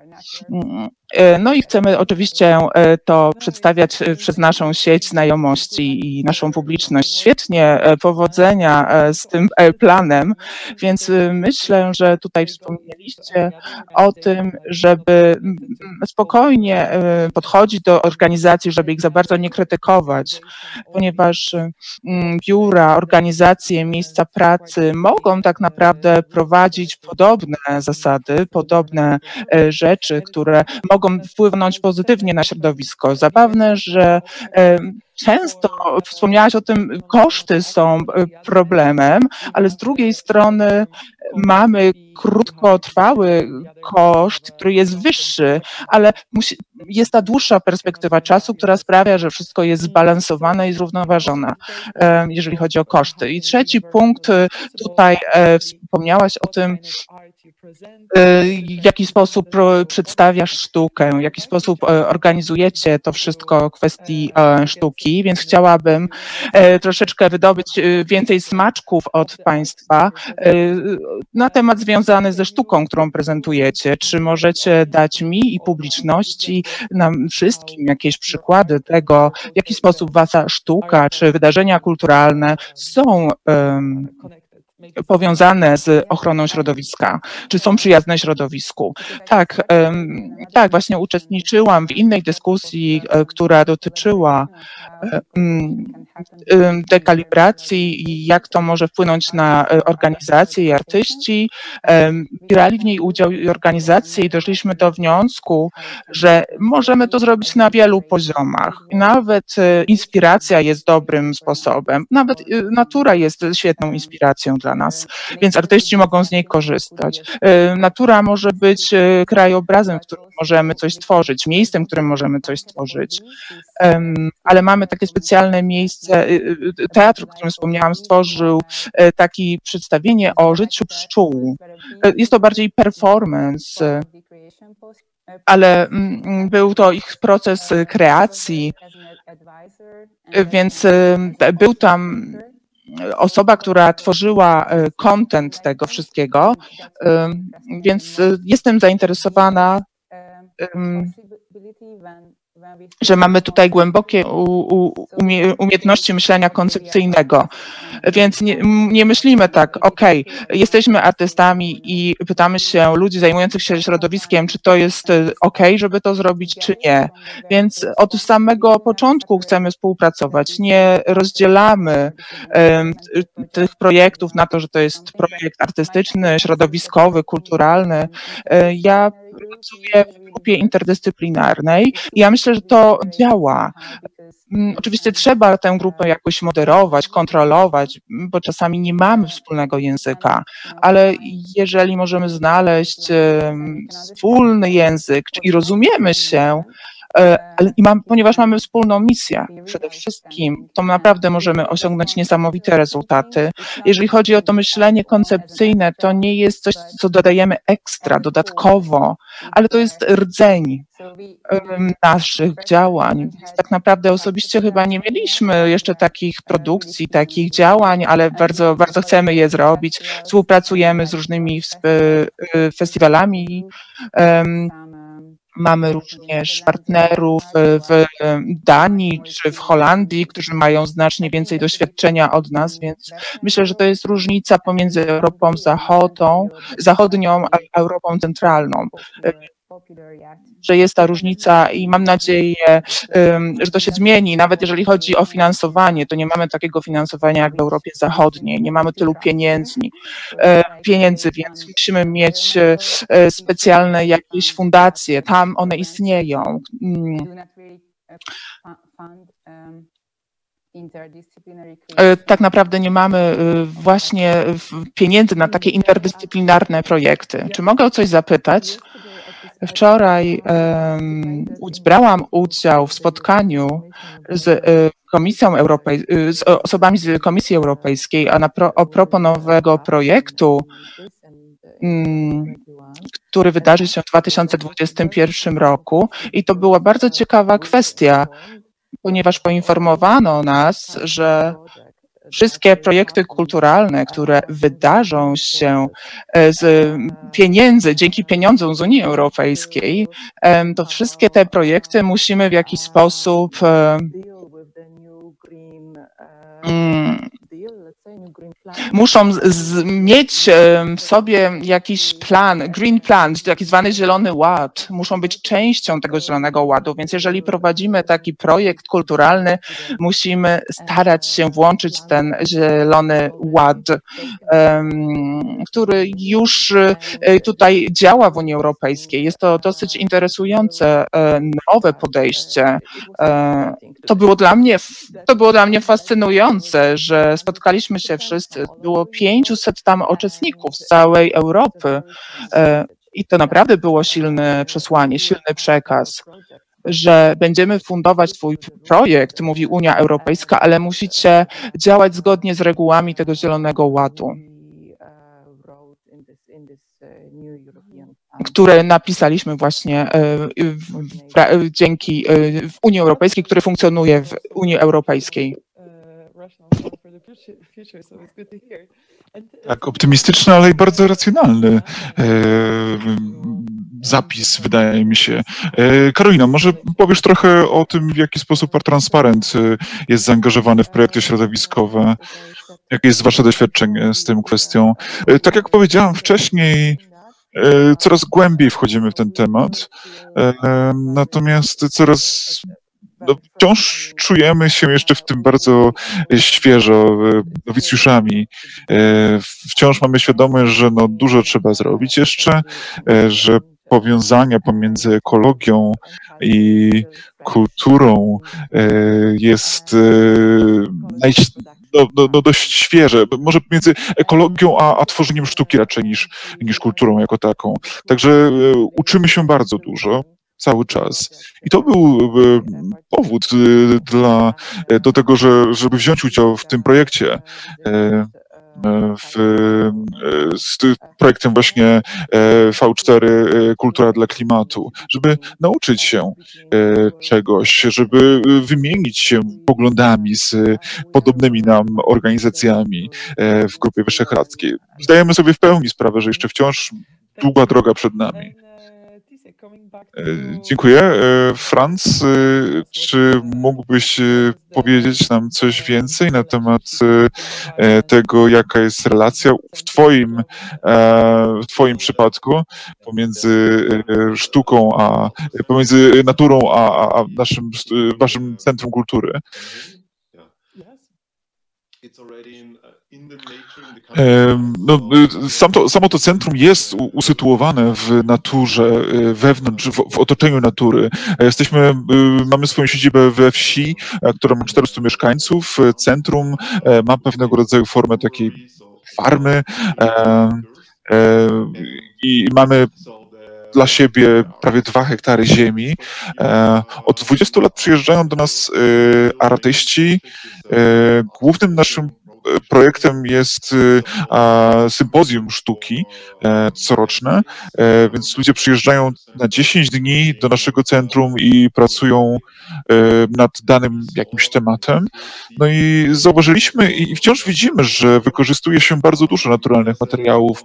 No i chcemy oczywiście to przedstawiać przez naszą sieć znajomości i naszą publiczność. Świetnie, powodzenia z tym planem, więc myślę, że tutaj wspomnieliście o tym, żeby spokojnie podchodzić do organizacji, żeby ich za bardzo nie krytykować, ponieważ biura, organizacje, miejsca pracy mogą tak naprawdę prowadzić podobne zasady, podobne rzeczy, które mogą wpłynąć pozytywnie na środowisko. Zabawne, że często, wspomniałaś o tym, koszty są problemem, ale z drugiej strony mamy krótkotrwały koszt, który jest wyższy, ale jest ta dłuższa perspektywa czasu, która sprawia, że wszystko jest zbalansowane i zrównoważone, jeżeli chodzi o koszty. I trzeci punkt, tutaj wspomniałaś o tym, w jaki sposób przedstawiasz sztukę, w jaki sposób organizujecie to wszystko w kwestii sztuki, więc chciałabym troszeczkę wydobyć więcej smaczków od Państwa na temat związany ze sztuką, którą prezentujecie. Czy możecie dać mi i publiczności, nam wszystkim jakieś przykłady tego, w jaki sposób Wasza sztuka czy wydarzenia kulturalne są powiązane z ochroną środowiska, czy są przyjazne środowisku. Tak, tak, właśnie uczestniczyłam w innej dyskusji, która dotyczyła dekalibracji i jak to może wpłynąć na organizacje i artyści. Brali w niej udział i organizacje i doszliśmy do wniosku, że możemy to zrobić na wielu poziomach. Nawet inspiracja jest dobrym sposobem. Nawet natura jest świetną inspiracją dla nas, więc artyści mogą z niej korzystać. Natura może być krajobrazem, w którym możemy coś stworzyć, miejscem, w którym możemy coś stworzyć. Ale mamy takie specjalne miejsce, teatr, o którym wspomniałam, stworzył takie przedstawienie o życiu pszczół. Jest to bardziej performance, ale był to ich proces kreacji, więc był tam osoba, która tworzyła content tego wszystkiego, więc jestem zainteresowana, że mamy tutaj głębokie umiejętności myślenia koncepcyjnego, więc nie myślimy tak, okej, jesteśmy artystami i pytamy się ludzi zajmujących się środowiskiem, czy to jest okej, żeby to zrobić, czy nie. Więc od samego początku chcemy współpracować, nie rozdzielamy tych projektów na to, że to jest projekt artystyczny, środowiskowy, kulturalny. Ja pracuję w grupie interdyscyplinarnej i ja myślę, że to działa. Oczywiście trzeba tę grupę jakoś moderować, kontrolować, bo czasami nie mamy wspólnego języka, ale jeżeli możemy znaleźć wspólny język i rozumiemy się, ponieważ mamy wspólną misję przede wszystkim, to naprawdę możemy osiągnąć niesamowite rezultaty. Jeżeli chodzi o to myślenie koncepcyjne, to nie jest coś, co dodajemy ekstra, dodatkowo, ale to jest rdzeń naszych działań. Więc tak naprawdę osobiście chyba nie mieliśmy jeszcze takich produkcji, takich działań, ale bardzo, bardzo chcemy je zrobić. Współpracujemy z różnymi festiwalami. Mamy również partnerów w Danii czy w Holandii, którzy mają znacznie więcej doświadczenia od nas, więc myślę, że to jest różnica pomiędzy Europą zachodnią a Europą centralną. Że jest ta różnica i mam nadzieję, że to się zmieni. Nawet jeżeli chodzi o finansowanie, to nie mamy takiego finansowania jak w Europie Zachodniej. Nie mamy tylu pieniędzy, więc musimy mieć specjalne jakieś fundacje. Tam one istnieją. Tak naprawdę nie mamy właśnie pieniędzy na takie interdyscyplinarne projekty. Czy mogę o coś zapytać? Wczoraj brałam udział w spotkaniu z z osobami z Komisji Europejskiej, a a propos nowego projektu, który wydarzy się w 2021 roku i to była bardzo ciekawa kwestia, ponieważ poinformowano nas, że wszystkie projekty kulturalne, które wydarzą się z pieniędzy, dzięki pieniądzom z Unii Europejskiej, to wszystkie te projekty musimy w jakiś sposób muszą mieć w sobie jakiś plan, green plan, taki zwany zielony ład, muszą być częścią tego zielonego ładu, więc jeżeli prowadzimy taki projekt kulturalny, musimy starać się włączyć ten zielony ład, który już tutaj działa w Unii Europejskiej. Jest to dosyć interesujące, nowe podejście. To było dla mnie fascynujące, że spotkaliśmy się wszyscy. Było 500 tam uczestników z całej Europy i to naprawdę było silne przesłanie, silny przekaz, że będziemy fundować swój projekt, mówi Unia Europejska, ale musicie działać zgodnie z regułami tego zielonego ładu, które napisaliśmy właśnie dzięki w Unii Europejskiej, który funkcjonuje w Unii Europejskiej. Tak, optymistyczny, ale i bardzo racjonalny zapis, wydaje mi się. Karolina, może powiesz trochę o tym, w jaki sposób Art Transparent jest zaangażowany w projekty środowiskowe? Jakie jest wasze doświadczenie z tą kwestią? Tak jak powiedziałam wcześniej, coraz głębiej wchodzimy w ten temat, natomiast wciąż czujemy się jeszcze w tym bardzo świeżo, nowicjuszami. Wciąż mamy świadomość, że dużo trzeba zrobić jeszcze, że powiązania pomiędzy ekologią i kulturą jest dość świeże, może między ekologią a tworzeniem sztuki raczej niż kulturą jako taką. Także uczymy się bardzo dużo. Cały czas. I to był powód do tego, żeby wziąć udział w tym projekcie, z projektem właśnie V4 Kultura dla Klimatu, żeby nauczyć się czegoś, żeby wymienić się poglądami z podobnymi nam organizacjami w Grupie Wyszehradzkiej. Zdajemy sobie w pełni sprawę, że jeszcze wciąż długa droga przed nami. Dziękuję. Franz, czy mógłbyś powiedzieć nam coś więcej na temat tego, jaka jest relacja w twoim przypadku pomiędzy sztuką, pomiędzy naturą a waszym Centrum Kultury? Samo to centrum jest usytuowane w naturze, wewnątrz, w otoczeniu natury. Mamy swoją siedzibę we wsi, która ma 400 mieszkańców. Centrum ma pewnego rodzaju formę takiej farmy i mamy dla siebie prawie 2 hektary ziemi. Od 20 lat przyjeżdżają do nas artyści. Głównym naszym projektem jest sympozjum sztuki coroczne, więc ludzie przyjeżdżają na 10 dni do naszego centrum i pracują nad danym jakimś tematem. No i zauważyliśmy i wciąż widzimy, że wykorzystuje się bardzo dużo naturalnych materiałów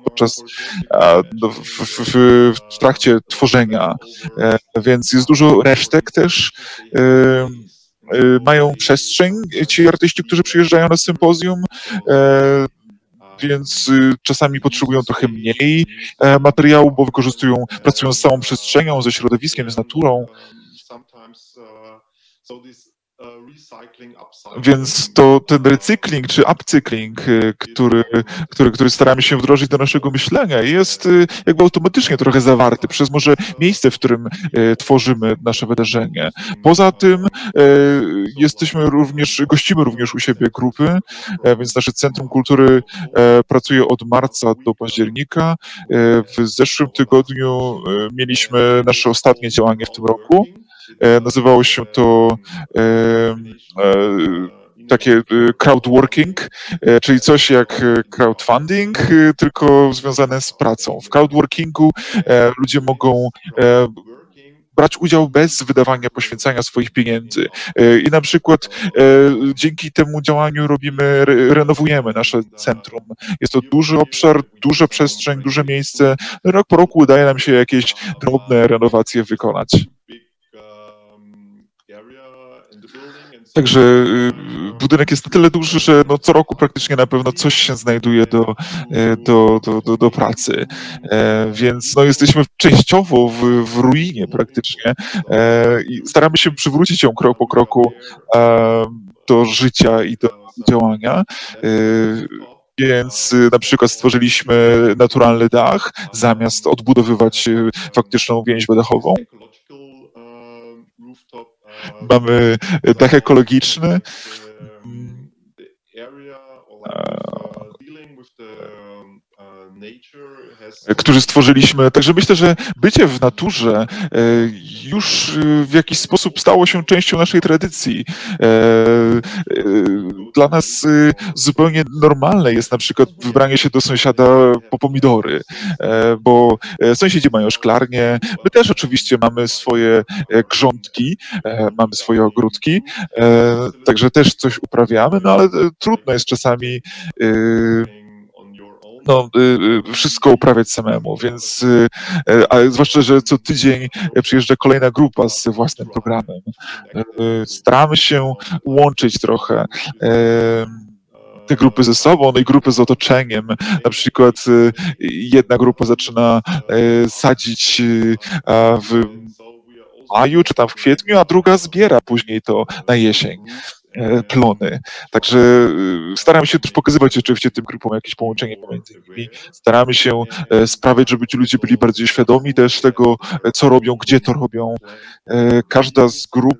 w trakcie tworzenia, więc jest dużo resztek też. Mają przestrzeń ci artyści, którzy przyjeżdżają na sympozjum, więc czasami potrzebują trochę mniej materiału, bo pracują z całą przestrzenią, ze środowiskiem, z naturą. Więc to ten recykling czy upcykling, który staramy się wdrożyć do naszego myślenia, jest jakby automatycznie trochę zawarty przez może miejsce, w którym tworzymy nasze wydarzenie. Poza tym gościmy również u siebie grupy, więc nasze Centrum Kultury pracuje od marca do października. W zeszłym tygodniu mieliśmy nasze ostatnie działanie w tym roku. Nazywało się to takie crowdworking, czyli coś jak crowdfunding, tylko związane z pracą. W crowdworkingu ludzie mogą brać udział bez wydawania, poświęcania swoich pieniędzy. I na przykład dzięki temu działaniu renowujemy nasze centrum. Jest to duży obszar, duża przestrzeń, duże miejsce. Rok po roku udaje nam się jakieś drobne renowacje wykonać. Także budynek jest na tyle duży, że co roku praktycznie na pewno coś się znajduje do pracy. Więc jesteśmy częściowo w ruinie praktycznie i staramy się przywrócić ją krok po kroku do życia i do działania. Więc na przykład stworzyliśmy naturalny dach, zamiast odbudowywać faktyczną więźbę dachową. Mamy dach ekologiczny, który stworzyliśmy. Także myślę, że bycie w naturze już w jakiś sposób stało się częścią naszej tradycji. Dla nas zupełnie normalne jest na przykład wybranie się do sąsiada po pomidory, bo sąsiedzi mają szklarnię. My też oczywiście mamy swoje grządki, mamy swoje ogródki, także też coś uprawiamy, ale trudno jest czasami wszystko uprawiać samemu, więc a zwłaszcza, że co tydzień przyjeżdża kolejna grupa z własnym programem. Staramy się łączyć trochę te grupy ze sobą, i grupy z otoczeniem. Na przykład jedna grupa zaczyna sadzić w maju czy tam w kwietniu, a druga zbiera później to na jesień. Plony. Także staramy się też pokazywać oczywiście tym grupom jakieś połączenie pomiędzy nimi. Staramy się sprawiać, żeby ci ludzie byli bardziej świadomi też tego, co robią, gdzie to robią. Każda z grup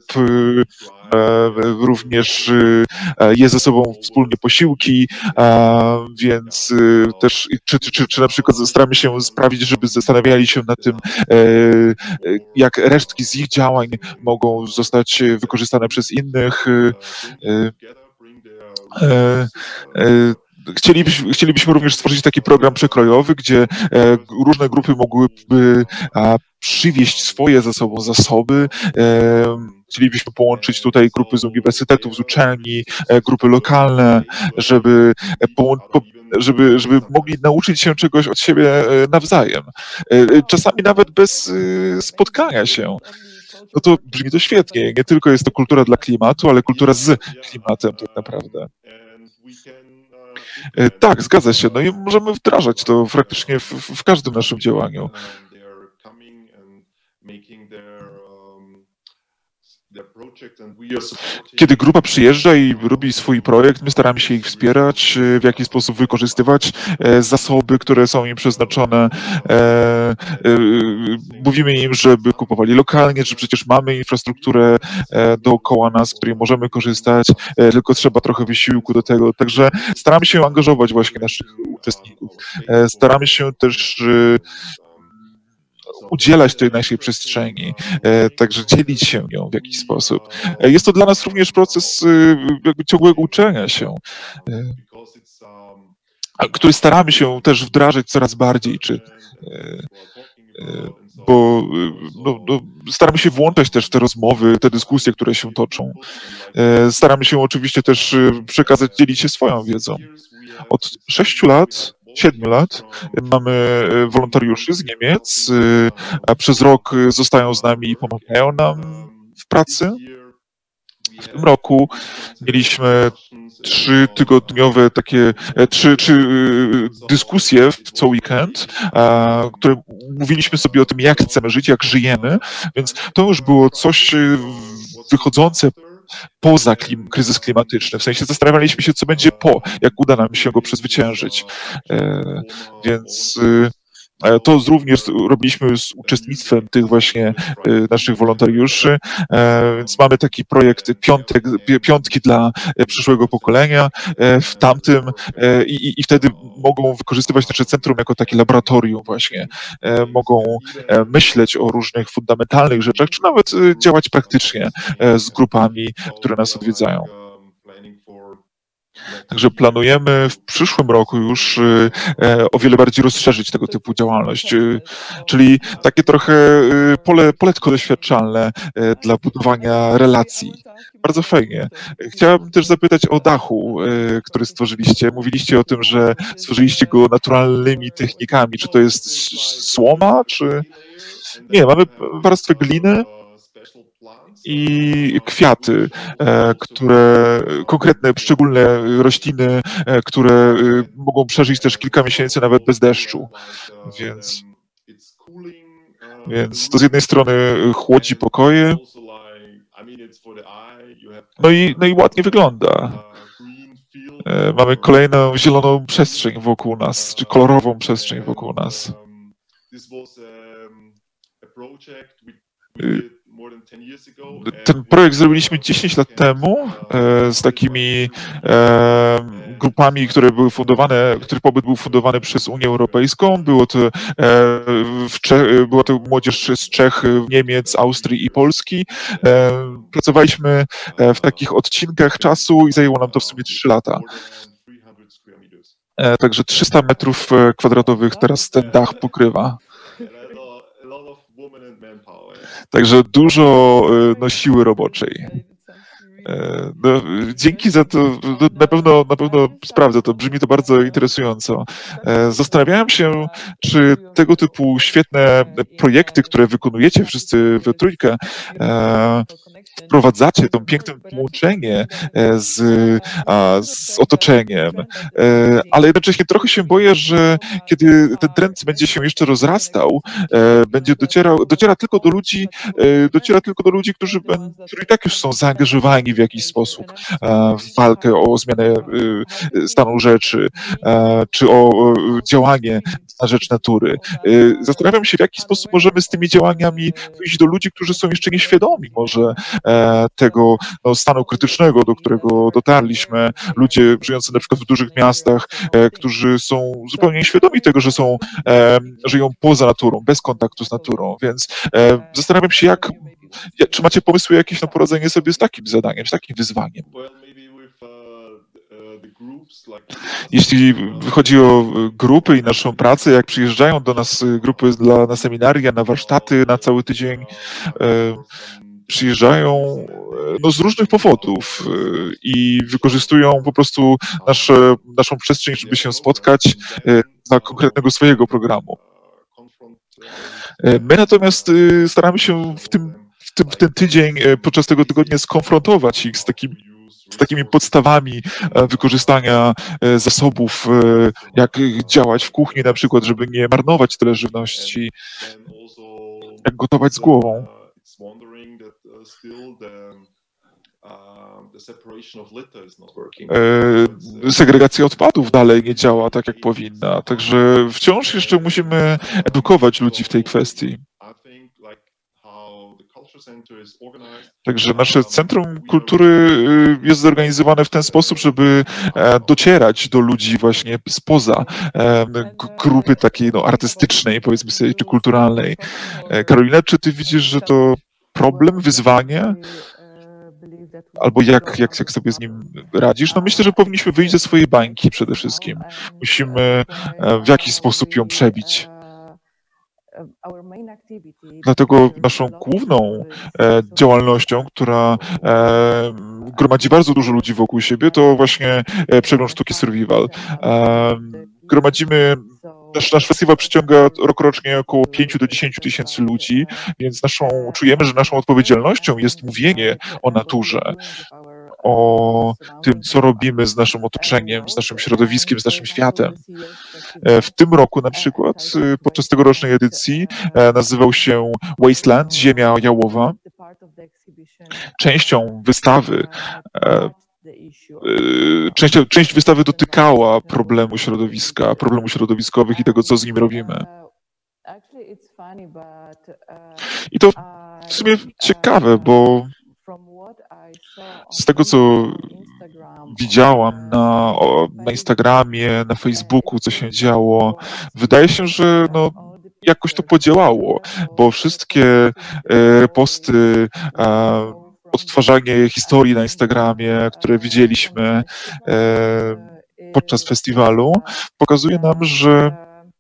również je ze sobą wspólnie posiłki, więc też, czy na przykład staramy się sprawić, żeby zastanawiali się nad tym, jak resztki z ich działań mogą zostać wykorzystane przez innych. Chcielibyśmy również stworzyć taki program przekrojowy, gdzie różne grupy mogłyby przywieźć swoje ze sobą zasoby. Chcielibyśmy połączyć tutaj grupy z uniwersytetów, z uczelni, grupy lokalne, żeby mogli nauczyć się czegoś od siebie nawzajem. Czasami nawet bez spotkania się. To brzmi to świetnie. Nie tylko jest to kultura dla klimatu, ale kultura z klimatem tak naprawdę. Tak, zgadza się. I możemy wdrażać to praktycznie w każdym naszym działaniu. Kiedy grupa przyjeżdża i robi swój projekt, my staramy się ich wspierać, w jaki sposób wykorzystywać zasoby, które są im przeznaczone. Mówimy im, żeby kupowali lokalnie, że przecież mamy infrastrukturę dookoła nas, z której możemy korzystać, tylko trzeba trochę wysiłku do tego. Także staramy się angażować właśnie naszych uczestników. Staramy się też udzielać tej naszej przestrzeni, także dzielić się nią w jakiś sposób. Jest to dla nas również proces jakby ciągłego uczenia się, który staramy się też wdrażać coraz bardziej, bo staramy się włączać też w te rozmowy, te dyskusje, które się toczą. Staramy się oczywiście też przekazać, dzielić się swoją wiedzą. Od 7 lat mamy wolontariuszy z Niemiec, a przez rok zostają z nami i pomagają nam w pracy. W tym roku mieliśmy 3-tygodniowe takie, trzy dyskusje co weekend, które mówiliśmy sobie o tym, jak chcemy żyć, jak żyjemy, więc to już było coś wychodzące poza kryzys klimatyczny. W sensie zastanawialiśmy się, co będzie po, jak uda nam się go przezwyciężyć. Więc to również robiliśmy z uczestnictwem tych właśnie naszych wolontariuszy, więc mamy taki projekt piątki dla przyszłego pokolenia w tamtym i wtedy mogą wykorzystywać nasze centrum jako takie laboratorium właśnie. Mogą myśleć o różnych fundamentalnych rzeczach, czy nawet działać praktycznie z grupami, które nas odwiedzają. Także planujemy w przyszłym roku już o wiele bardziej rozszerzyć tego typu działalność, czyli takie trochę poletko doświadczalne dla budowania relacji. Bardzo fajnie. Chciałabym też zapytać o dachu, który stworzyliście. Mówiliście o tym, że stworzyliście go naturalnymi technikami. Czy to jest słoma, czy... Nie, mamy warstwę gliny i kwiaty, konkretne, szczególne rośliny, które mogą przeżyć też kilka miesięcy nawet bez deszczu. Więc to z jednej strony chłodzi pokoje, no i ładnie wygląda. Mamy kolejną zieloną przestrzeń wokół nas, czy kolorową przestrzeń wokół nas. Ten projekt zrobiliśmy 10 lat temu z takimi grupami, których pobyt był fundowany przez Unię Europejską. Była to młodzież z Czech, Niemiec, Austrii i Polski. Pracowaliśmy w takich odcinkach czasu i zajęło nam to w sumie 3 lata. Także 300 metrów kwadratowych teraz ten dach pokrywa. Także dużo siły roboczej. Dzięki za to, na pewno sprawdzę to, brzmi to bardzo interesująco. Zastanawiałem się, czy tego typu świetne projekty, które wykonujecie wszyscy we trójkę, wprowadzacie to piękne połączenie z otoczeniem, ale jednocześnie trochę się boję, że kiedy ten trend będzie się jeszcze rozrastał, będzie dociera tylko do ludzi, którzy i tak już są zaangażowani w jakiś sposób w walkę o zmianę stanu rzeczy, czy o działanie na rzecz natury. Zastanawiam się, w jaki sposób możemy z tymi działaniami wyjść do ludzi, którzy są jeszcze nieświadomi może tego stanu krytycznego, do którego dotarliśmy. Ludzie żyjący na przykład w dużych miastach, którzy są zupełnie nieświadomi tego, że żyją poza naturą, bez kontaktu z naturą, więc zastanawiam się, czy macie pomysły jakieś na poradzenie sobie z takim zadaniem, z takim wyzwaniem? Jeśli chodzi o grupy i naszą pracę, jak przyjeżdżają do nas grupy na seminaria, na warsztaty na cały tydzień, przyjeżdżają z różnych powodów i wykorzystują po prostu naszą przestrzeń, żeby się spotkać dla konkretnego swojego programu. My natomiast staramy się w ten tydzień, podczas tego tygodnia skonfrontować ich z takimi podstawami wykorzystania zasobów, jak działać w kuchni na przykład, żeby nie marnować tyle żywności, jak gotować z głową. segregacja odpadów dalej nie działa tak, jak powinna. Także wciąż jeszcze musimy edukować ludzi w tej kwestii. Także nasze Centrum Kultury jest zorganizowane w ten sposób, żeby docierać do ludzi właśnie spoza grupy takiej artystycznej, powiedzmy sobie, czy kulturalnej. Karolina, czy ty widzisz, że to problem, wyzwanie? Albo jak sobie z nim radzisz? No myślę, że powinniśmy wyjść ze swojej bańki przede wszystkim. Musimy w jakiś sposób ją przebić. Dlatego naszą główną działalnością, która gromadzi bardzo dużo ludzi wokół siebie, to właśnie przegląd sztuki Survival. Gromadzimy, nasz festiwal przyciąga rokrocznie około 5 do 10 tysięcy ludzi, więc czujemy, że naszą odpowiedzialnością jest mówienie o naturze, o tym, co robimy z naszym otoczeniem, z naszym środowiskiem, z naszym światem. W tym roku na przykład, podczas tegorocznej edycji, nazywał się Wasteland, Ziemia Jałowa. Częścią wystawy, część wystawy dotykała problemu środowiska, problemów środowiskowych i tego, co z nim robimy. I to w sumie ciekawe, bo z tego, co widziałam na Instagramie, na Facebooku, co się działo, wydaje się, że jakoś to podziałało, bo wszystkie posty, odtwarzanie historii na Instagramie, które widzieliśmy podczas festiwalu, pokazuje nam, że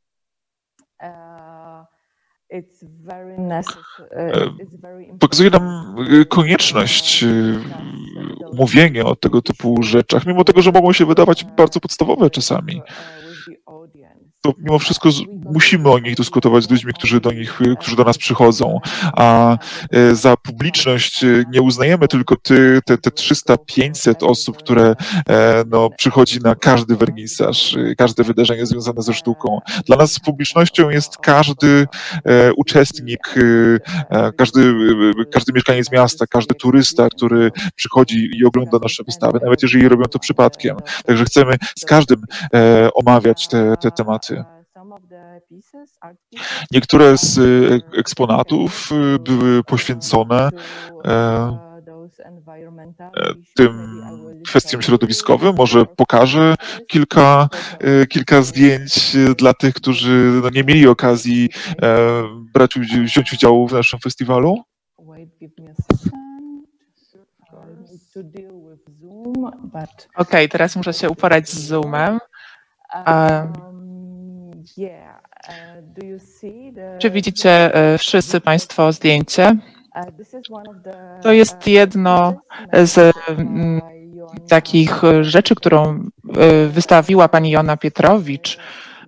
pokazuje nam konieczność mówienia o tego typu rzeczach, mimo tego, że mogą się wydawać bardzo podstawowe czasami. To mimo wszystko musimy o nich dyskutować z ludźmi, którzy do nas przychodzą, a za publiczność nie uznajemy tylko te 300-500 osób, które przychodzi na każdy wernisaż, każde wydarzenie związane ze sztuką. Dla nas publicznością jest każdy uczestnik, każdy mieszkaniec miasta, każdy turysta, który przychodzi i ogląda nasze wystawy, nawet jeżeli robią to przypadkiem. Także chcemy z każdym omawiać te tematy. Niektóre z eksponatów były poświęcone tym kwestiom środowiskowym. Może pokażę kilka zdjęć dla tych, którzy nie mieli okazji wziąć udziału w naszym festiwalu. Okej, teraz muszę się uporać z Zoomem. Czy widzicie wszyscy Państwo zdjęcie? To jest jedno z takich rzeczy, którą wystawiła pani Joanna Pietrowicz,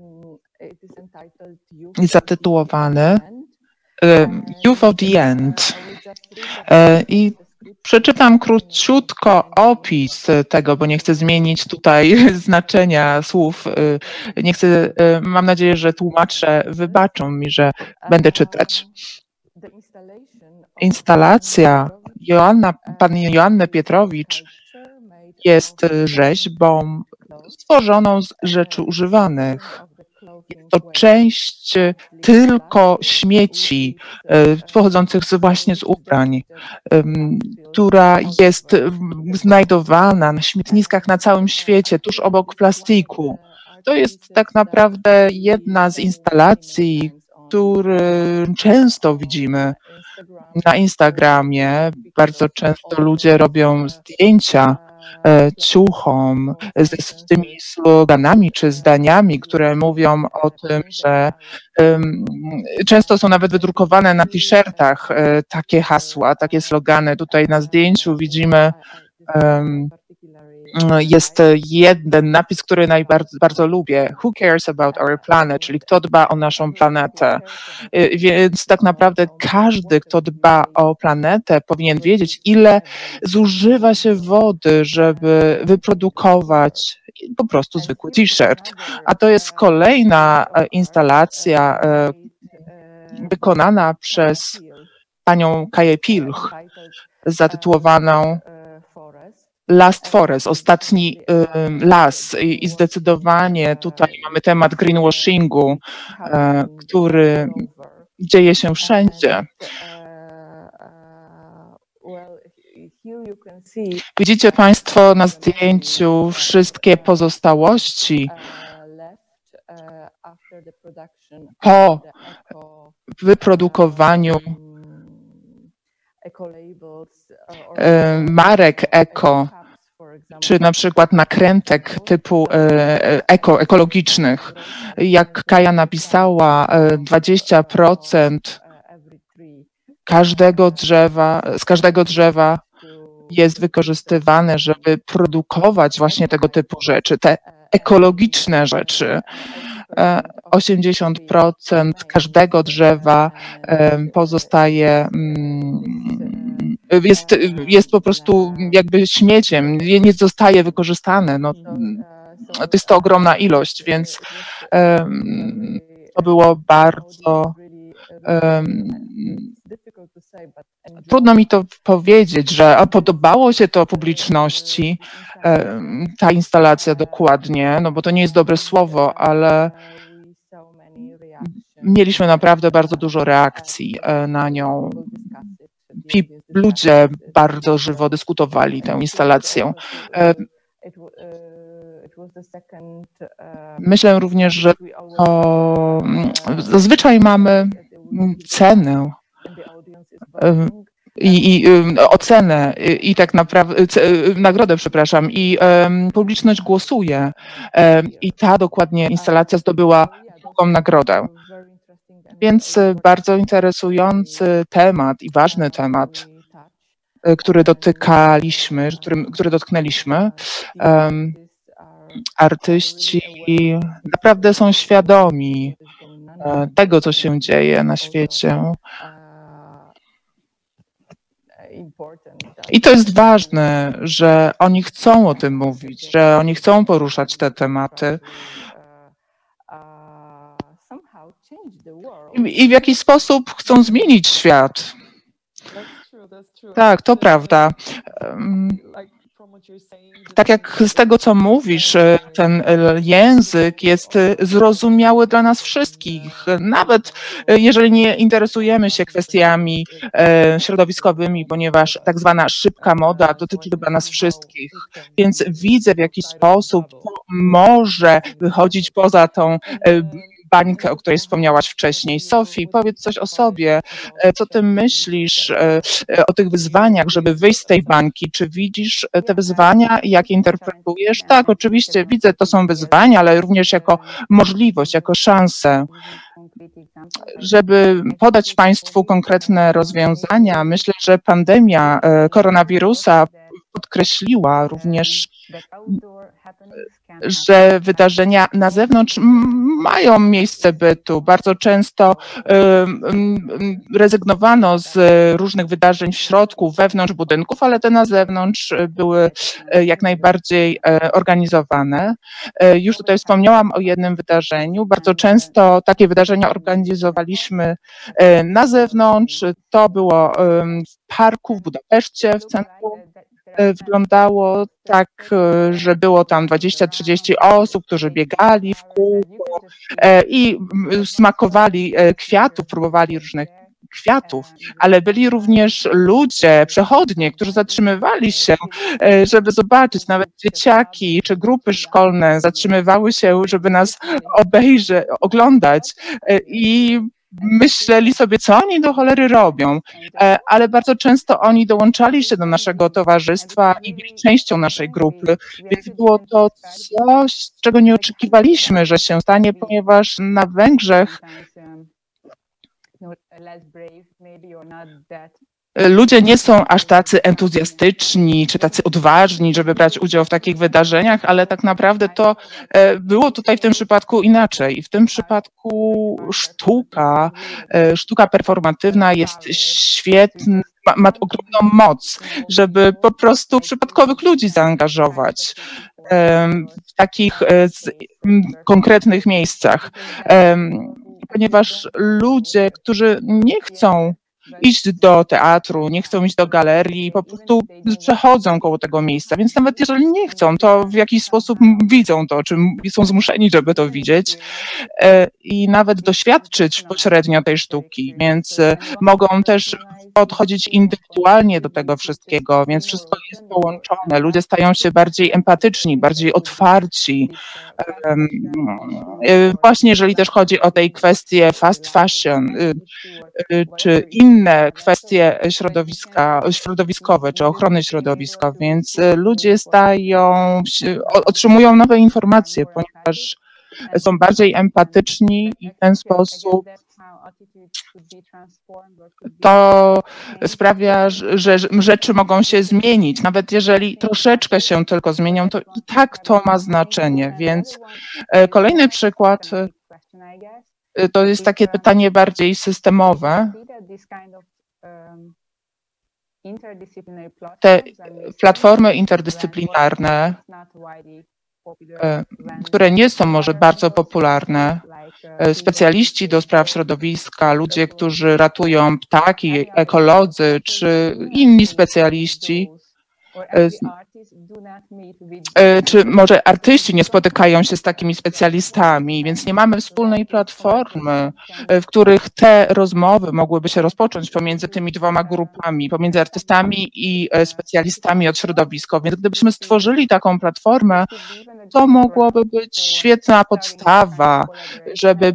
zatytułowany Youth of the End. I przeczytam króciutko opis tego, bo nie chcę zmienić tutaj znaczenia słów. Nie chcę, mam nadzieję, że tłumacze wybaczą mi, że będę czytać. Instalacja pani Joanny Pietrowicz jest rzeźbą stworzoną z rzeczy używanych. Jest to część tylko śmieci pochodzących właśnie z ubrań, która jest znajdowana na śmietniskach na całym świecie, tuż obok plastiku. To jest tak naprawdę jedna z instalacji, które często widzimy na Instagramie. Bardzo często ludzie robią zdjęcia ciuchom z tymi sloganami czy zdaniami, które mówią o tym, że często są nawet wydrukowane na t-shirtach takie hasła, takie slogany. Tutaj na zdjęciu widzimy jest jeden napis, który bardzo lubię. Who cares about our planet? Czyli kto dba o naszą planetę. Więc tak naprawdę każdy, kto dba o planetę, powinien wiedzieć, ile zużywa się wody, żeby wyprodukować po prostu zwykły t-shirt. A to jest kolejna instalacja wykonana przez panią Kaję Pilch zatytułowaną Last Forest, ostatni las i zdecydowanie tutaj mamy temat greenwashingu, który dzieje się wszędzie. Widzicie Państwo na zdjęciu wszystkie pozostałości po wyprodukowaniu marek eko, czy na przykład nakrętek typu ekologicznych. Jak Kaja napisała, 20% z każdego drzewa jest wykorzystywane, żeby produkować właśnie tego typu rzeczy, te ekologiczne rzeczy. 80% każdego drzewa pozostaje, jest po prostu jakby śmieciem, nie zostaje wykorzystane. No, to jest to ogromna ilość, więc to było bardzo trudno mi to powiedzieć, że podobało się to publiczności, ta instalacja dokładnie, no bo to nie jest dobre słowo, ale mieliśmy naprawdę bardzo dużo reakcji na nią. Ludzie bardzo żywo dyskutowali tę instalację. Myślę również, że zazwyczaj mamy cenę i ocenę i tak naprawdę nagrodę, przepraszam, i publiczność głosuje i ta dokładnie instalacja zdobyła drugą nagrodę. Więc bardzo interesujący temat i ważny temat, który dotykaliśmy, który dotknęliśmy. Artyści naprawdę są świadomi tego, co się dzieje na świecie. I to jest ważne, że oni chcą o tym mówić, że oni chcą poruszać te tematy. I w jakiś sposób chcą zmienić świat. Tak, to prawda. Tak jak z tego, co mówisz, ten język jest zrozumiały dla nas wszystkich. Nawet jeżeli nie interesujemy się kwestiami środowiskowymi, ponieważ tak zwana szybka moda dotyczy chyba nas wszystkich. Więc widzę, w jaki sposób to może wychodzić poza tą bańkę, o której wspomniałaś wcześniej. Sofii, powiedz coś o sobie. Co ty myślisz o tych wyzwaniach, żeby wyjść z tej bańki? Czy widzisz te wyzwania? Jak je interpretujesz? Tak, oczywiście widzę, to są wyzwania, ale również jako możliwość, jako szansę. Żeby podać Państwu konkretne rozwiązania, myślę, że pandemia koronawirusa podkreśliła również, że wydarzenia na zewnątrz mają miejsce bytu. Bardzo często rezygnowano z różnych wydarzeń w środku, wewnątrz budynków, ale te na zewnątrz były jak najbardziej organizowane. Już tutaj wspomniałam o jednym wydarzeniu. Bardzo często takie wydarzenia organizowaliśmy na zewnątrz. To było w parku w Budapeszcie, w centrum. Wyglądało tak, że było tam 20-30 osób, którzy biegali w kółko i smakowali kwiatów, próbowali różnych kwiatów, ale byli również ludzie, przechodnie, którzy zatrzymywali się, żeby zobaczyć, nawet dzieciaki czy grupy szkolne zatrzymywały się, żeby nas oglądać i myśleli sobie, co oni do cholery robią, ale bardzo często oni dołączali się do naszego towarzystwa i byli częścią naszej grupy, więc było to coś, czego nie oczekiwaliśmy, że się stanie, ponieważ na Węgrzech ludzie nie są aż tacy entuzjastyczni czy tacy odważni, żeby brać udział w takich wydarzeniach, ale tak naprawdę to było tutaj w tym przypadku inaczej. I w tym przypadku sztuka performatywna jest świetna, ma ogromną moc, żeby po prostu przypadkowych ludzi zaangażować w takich konkretnych miejscach. Ponieważ ludzie, którzy nie chcą iść do teatru, nie chcą iść do galerii, po prostu przechodzą koło tego miejsca, więc nawet jeżeli nie chcą, to w jakiś sposób widzą to, czy są zmuszeni, żeby to widzieć i nawet doświadczyć pośrednio tej sztuki, więc mogą też podchodzić indywidualnie do tego wszystkiego, więc wszystko jest połączone. Ludzie stają się bardziej empatyczni, bardziej otwarci. Właśnie jeżeli też chodzi o tej kwestie fast fashion, czy inne kwestie środowiskowe, czy ochrony środowiska, więc ludzie otrzymują nowe informacje, ponieważ są bardziej empatyczni i w ten sposób to sprawia, że rzeczy mogą się zmienić. Nawet jeżeli troszeczkę się tylko zmienią, to i tak to ma znaczenie. Więc kolejny przykład to jest takie pytanie bardziej systemowe. Te platformy interdyscyplinarne, które nie są może bardzo popularne, specjaliści do spraw środowiska, ludzie, którzy ratują ptaki, ekolodzy czy inni specjaliści, czy może artyści nie spotykają się z takimi specjalistami, więc nie mamy wspólnej platformy, w których te rozmowy mogłyby się rozpocząć pomiędzy tymi dwoma grupami, pomiędzy artystami i specjalistami od środowiska. Więc gdybyśmy stworzyli taką platformę, to mogłoby być świetna podstawa, żeby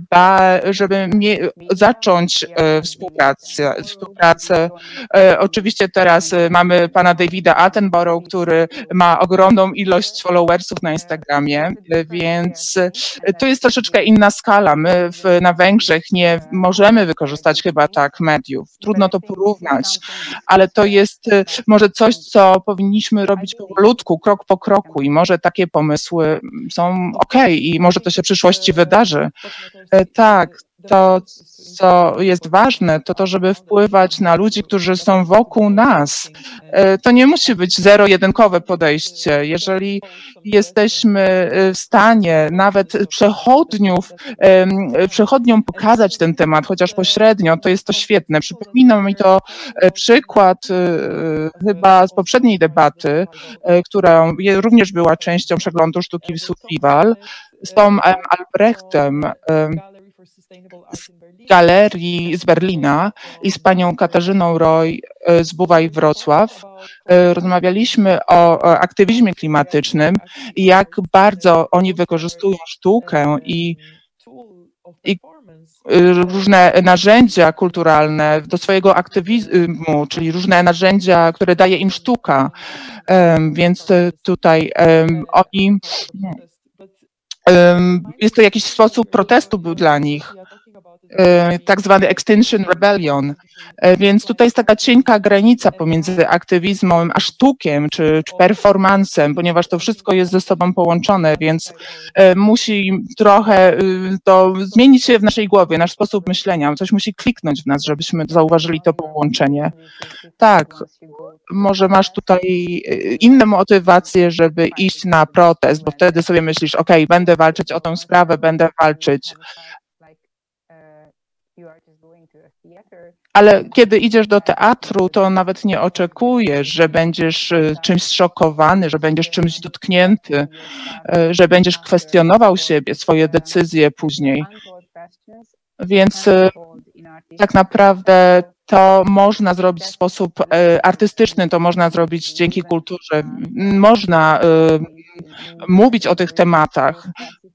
zacząć współpracę. Oczywiście teraz mamy pana Davida Attenborough, który ma ogromną ilość followersów na Instagramie, więc to jest troszeczkę inna skala. My na Węgrzech nie możemy wykorzystać chyba tak mediów. Trudno to porównać, ale to jest może coś, co powinniśmy robić powolutku, krok po kroku i może takie pomysły są okej i może to się w przyszłości wydarzy. Tak, to co jest ważne, to to, żeby wpływać na ludzi, którzy są wokół nas. To nie musi być zero-jedynkowe podejście. Jeżeli jesteśmy w stanie nawet przechodniom pokazać ten temat, chociaż pośrednio, to jest to świetne. Przypomina mi to przykład chyba z poprzedniej debaty, która również była częścią przeglądu sztuki Festiwal, z Tomem Albrechtem z galerii z Berlina i z panią Katarzyną Roy z Buwaj Wrocław. Rozmawialiśmy o aktywizmie klimatycznym i jak bardzo oni wykorzystują sztukę i różne narzędzia kulturalne do swojego aktywizmu, czyli różne narzędzia, które daje im sztuka. Więc tutaj oni jest to jakiś sposób protestu był dla nich, tak zwany Extinction Rebellion. Więc tutaj jest taka cienka granica pomiędzy aktywizmem a sztukiem, czy performancem, ponieważ to wszystko jest ze sobą połączone, więc musi trochę to zmienić się w naszej głowie, nasz sposób myślenia. Coś musi kliknąć w nas, żebyśmy zauważyli to połączenie. Tak, może masz tutaj inne motywacje, żeby iść na protest, bo wtedy sobie myślisz, okej, będę walczyć o tę sprawę, będę walczyć. Ale kiedy idziesz do teatru, to nawet nie oczekujesz, że będziesz czymś zszokowany, że będziesz czymś dotknięty, że będziesz kwestionował siebie, swoje decyzje później. Więc tak naprawdę to można zrobić w sposób artystyczny, to można zrobić dzięki kulturze. Można mówić o tych tematach.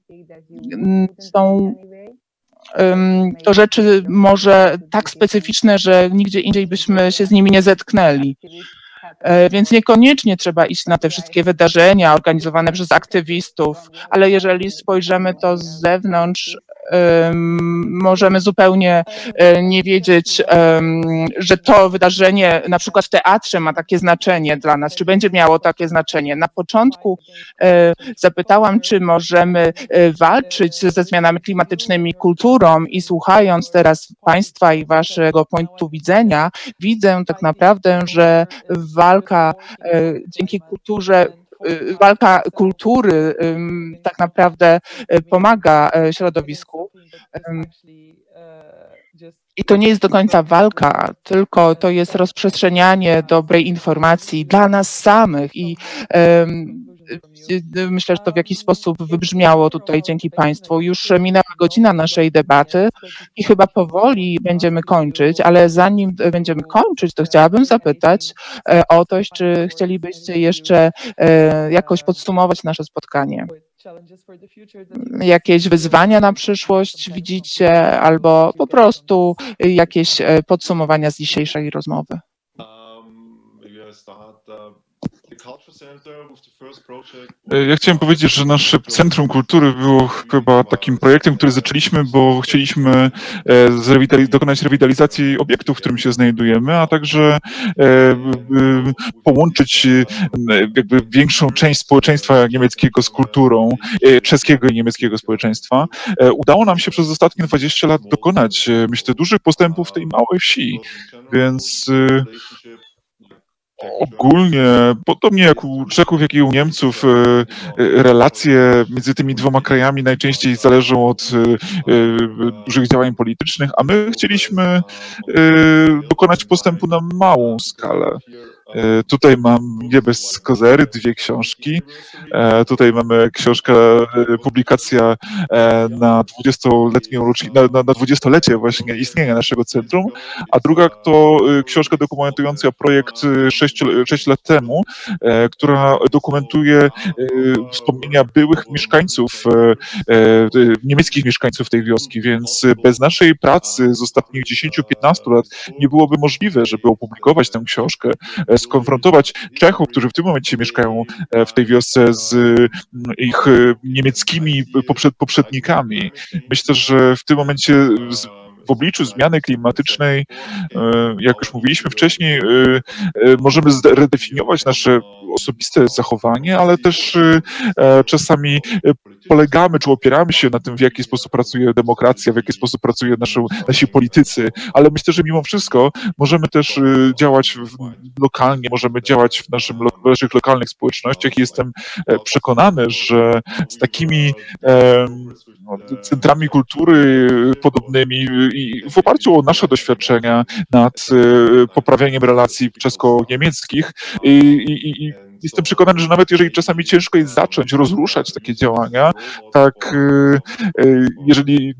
Są to rzeczy może tak specyficzne, że nigdzie indziej byśmy się z nimi nie zetknęli. Więc niekoniecznie trzeba iść na te wszystkie wydarzenia organizowane przez aktywistów, ale jeżeli spojrzymy to z zewnątrz, możemy zupełnie nie wiedzieć, że to wydarzenie na przykład w teatrze ma takie znaczenie dla nas, czy będzie miało takie znaczenie. Na początku zapytałam, czy możemy walczyć ze zmianami klimatycznymi kulturą i słuchając teraz Państwa i Waszego punktu widzenia, widzę tak naprawdę, że walka dzięki kulturze, walka kultury tak naprawdę pomaga środowisku. I to nie jest do końca walka, tylko to jest rozprzestrzenianie dobrej informacji dla nas samych i myślę, że to w jakiś sposób wybrzmiało tutaj dzięki Państwu. Już minęła godzina naszej debaty i chyba powoli będziemy kończyć, ale zanim będziemy kończyć, to chciałabym zapytać o to, czy chcielibyście jeszcze jakoś podsumować nasze spotkanie. Jakieś wyzwania na przyszłość widzicie, albo po prostu jakieś podsumowania z dzisiejszej rozmowy? Ja chciałem powiedzieć, że nasze Centrum Kultury było chyba takim projektem, który zaczęliśmy, bo chcieliśmy dokonać rewitalizacji obiektu, w którym się znajdujemy, a także połączyć jakby większą część społeczeństwa niemieckiego z kulturą czeskiego i niemieckiego społeczeństwa. Udało nam się przez ostatnie 20 lat dokonać, myślę, dużych postępów w tej małej wsi, więc ogólnie, podobnie jak u Czechów, jak i u Niemców, relacje między tymi dwoma krajami najczęściej zależą od dużych działań politycznych, a my chcieliśmy dokonać postępu na małą skalę. Tutaj mam Nie bez kozery, 2 książki. Tutaj mamy książkę, publikacja na 20-letnią na 20-lecie właśnie istnienia naszego centrum, a druga to książka dokumentująca projekt 6 lat temu, która dokumentuje wspomnienia byłych mieszkańców, niemieckich mieszkańców tej wioski, więc bez naszej pracy z ostatnich 10-15 lat nie byłoby możliwe, żeby opublikować tę książkę, skonfrontować Czechów, którzy w tym momencie mieszkają w tej wiosce z ich niemieckimi poprzednikami. Myślę, że w tym momencie w obliczu zmiany klimatycznej, jak już mówiliśmy wcześniej, możemy zredefiniować nasze osobiste zachowanie, ale też czasami polegamy czy opieramy się na tym, w jaki sposób pracuje demokracja, w jaki sposób pracują nasi politycy, ale myślę, że mimo wszystko możemy też działać lokalnie, możemy działać w naszych lokalnych społecznościach i jestem przekonany, że z takimi centrami kultury podobnymi i w oparciu o nasze doświadczenia nad poprawianiem relacji czesko-niemieckich i jestem przekonany, że nawet jeżeli czasami ciężko jest zacząć rozruszać takie działania, tak jeżeli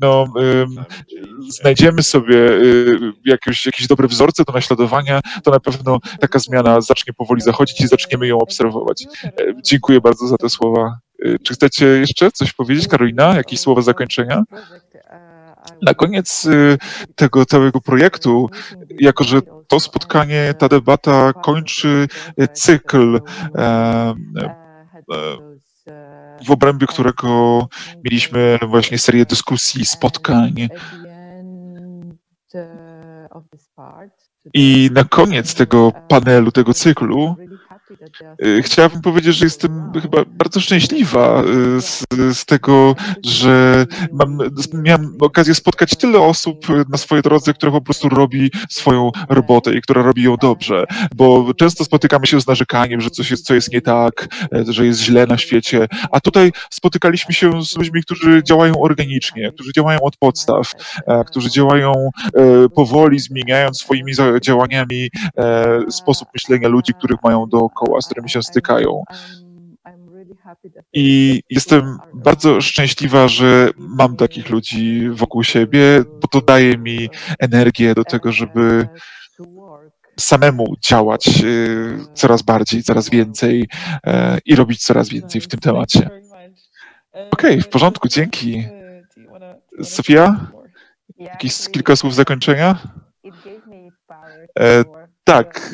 znajdziemy sobie jakieś dobre wzorce do naśladowania, to na pewno taka zmiana zacznie powoli zachodzić i zaczniemy ją obserwować. Dziękuję bardzo za te słowa. Czy chcecie jeszcze coś powiedzieć, Karolina? Jakieś słowa zakończenia? Na koniec tego całego projektu, jako że to spotkanie, ta debata kończy cykl, w obrębie którego mieliśmy właśnie serię dyskusji, spotkań. I na koniec tego panelu, tego cyklu, chciałabym powiedzieć, że jestem chyba bardzo szczęśliwa z tego, że miałem okazję spotkać tyle osób na swojej drodze, która po prostu robi swoją robotę i która robi ją dobrze, bo często spotykamy się z narzekaniem, że co jest nie tak, że jest źle na świecie, a tutaj spotykaliśmy się z ludźmi, którzy działają organicznie, którzy działają od podstaw, którzy działają powoli, zmieniając swoimi działaniami sposób myślenia ludzi, których mają dookoła, z którymi się stykają. I jestem bardzo szczęśliwa, że mam takich ludzi wokół siebie, bo to daje mi energię do tego, żeby samemu działać coraz bardziej, coraz więcej i robić coraz więcej w tym temacie. Okej, w porządku, dzięki. Sofia? Jakieś kilka słów zakończenia? Tak.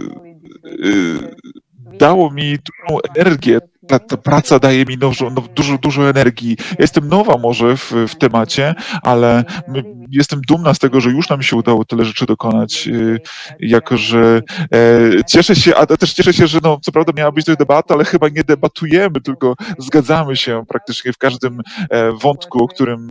Dało mi dużą energię. Ta praca daje mi dużo energii. Ja jestem nowa może w temacie, ale jestem dumna z tego, że już nam się udało tyle rzeczy dokonać, jako że cieszę się, a też cieszę się, że co prawda miała być to debata, ale chyba nie debatujemy, tylko zgadzamy się praktycznie w każdym wątku, o którym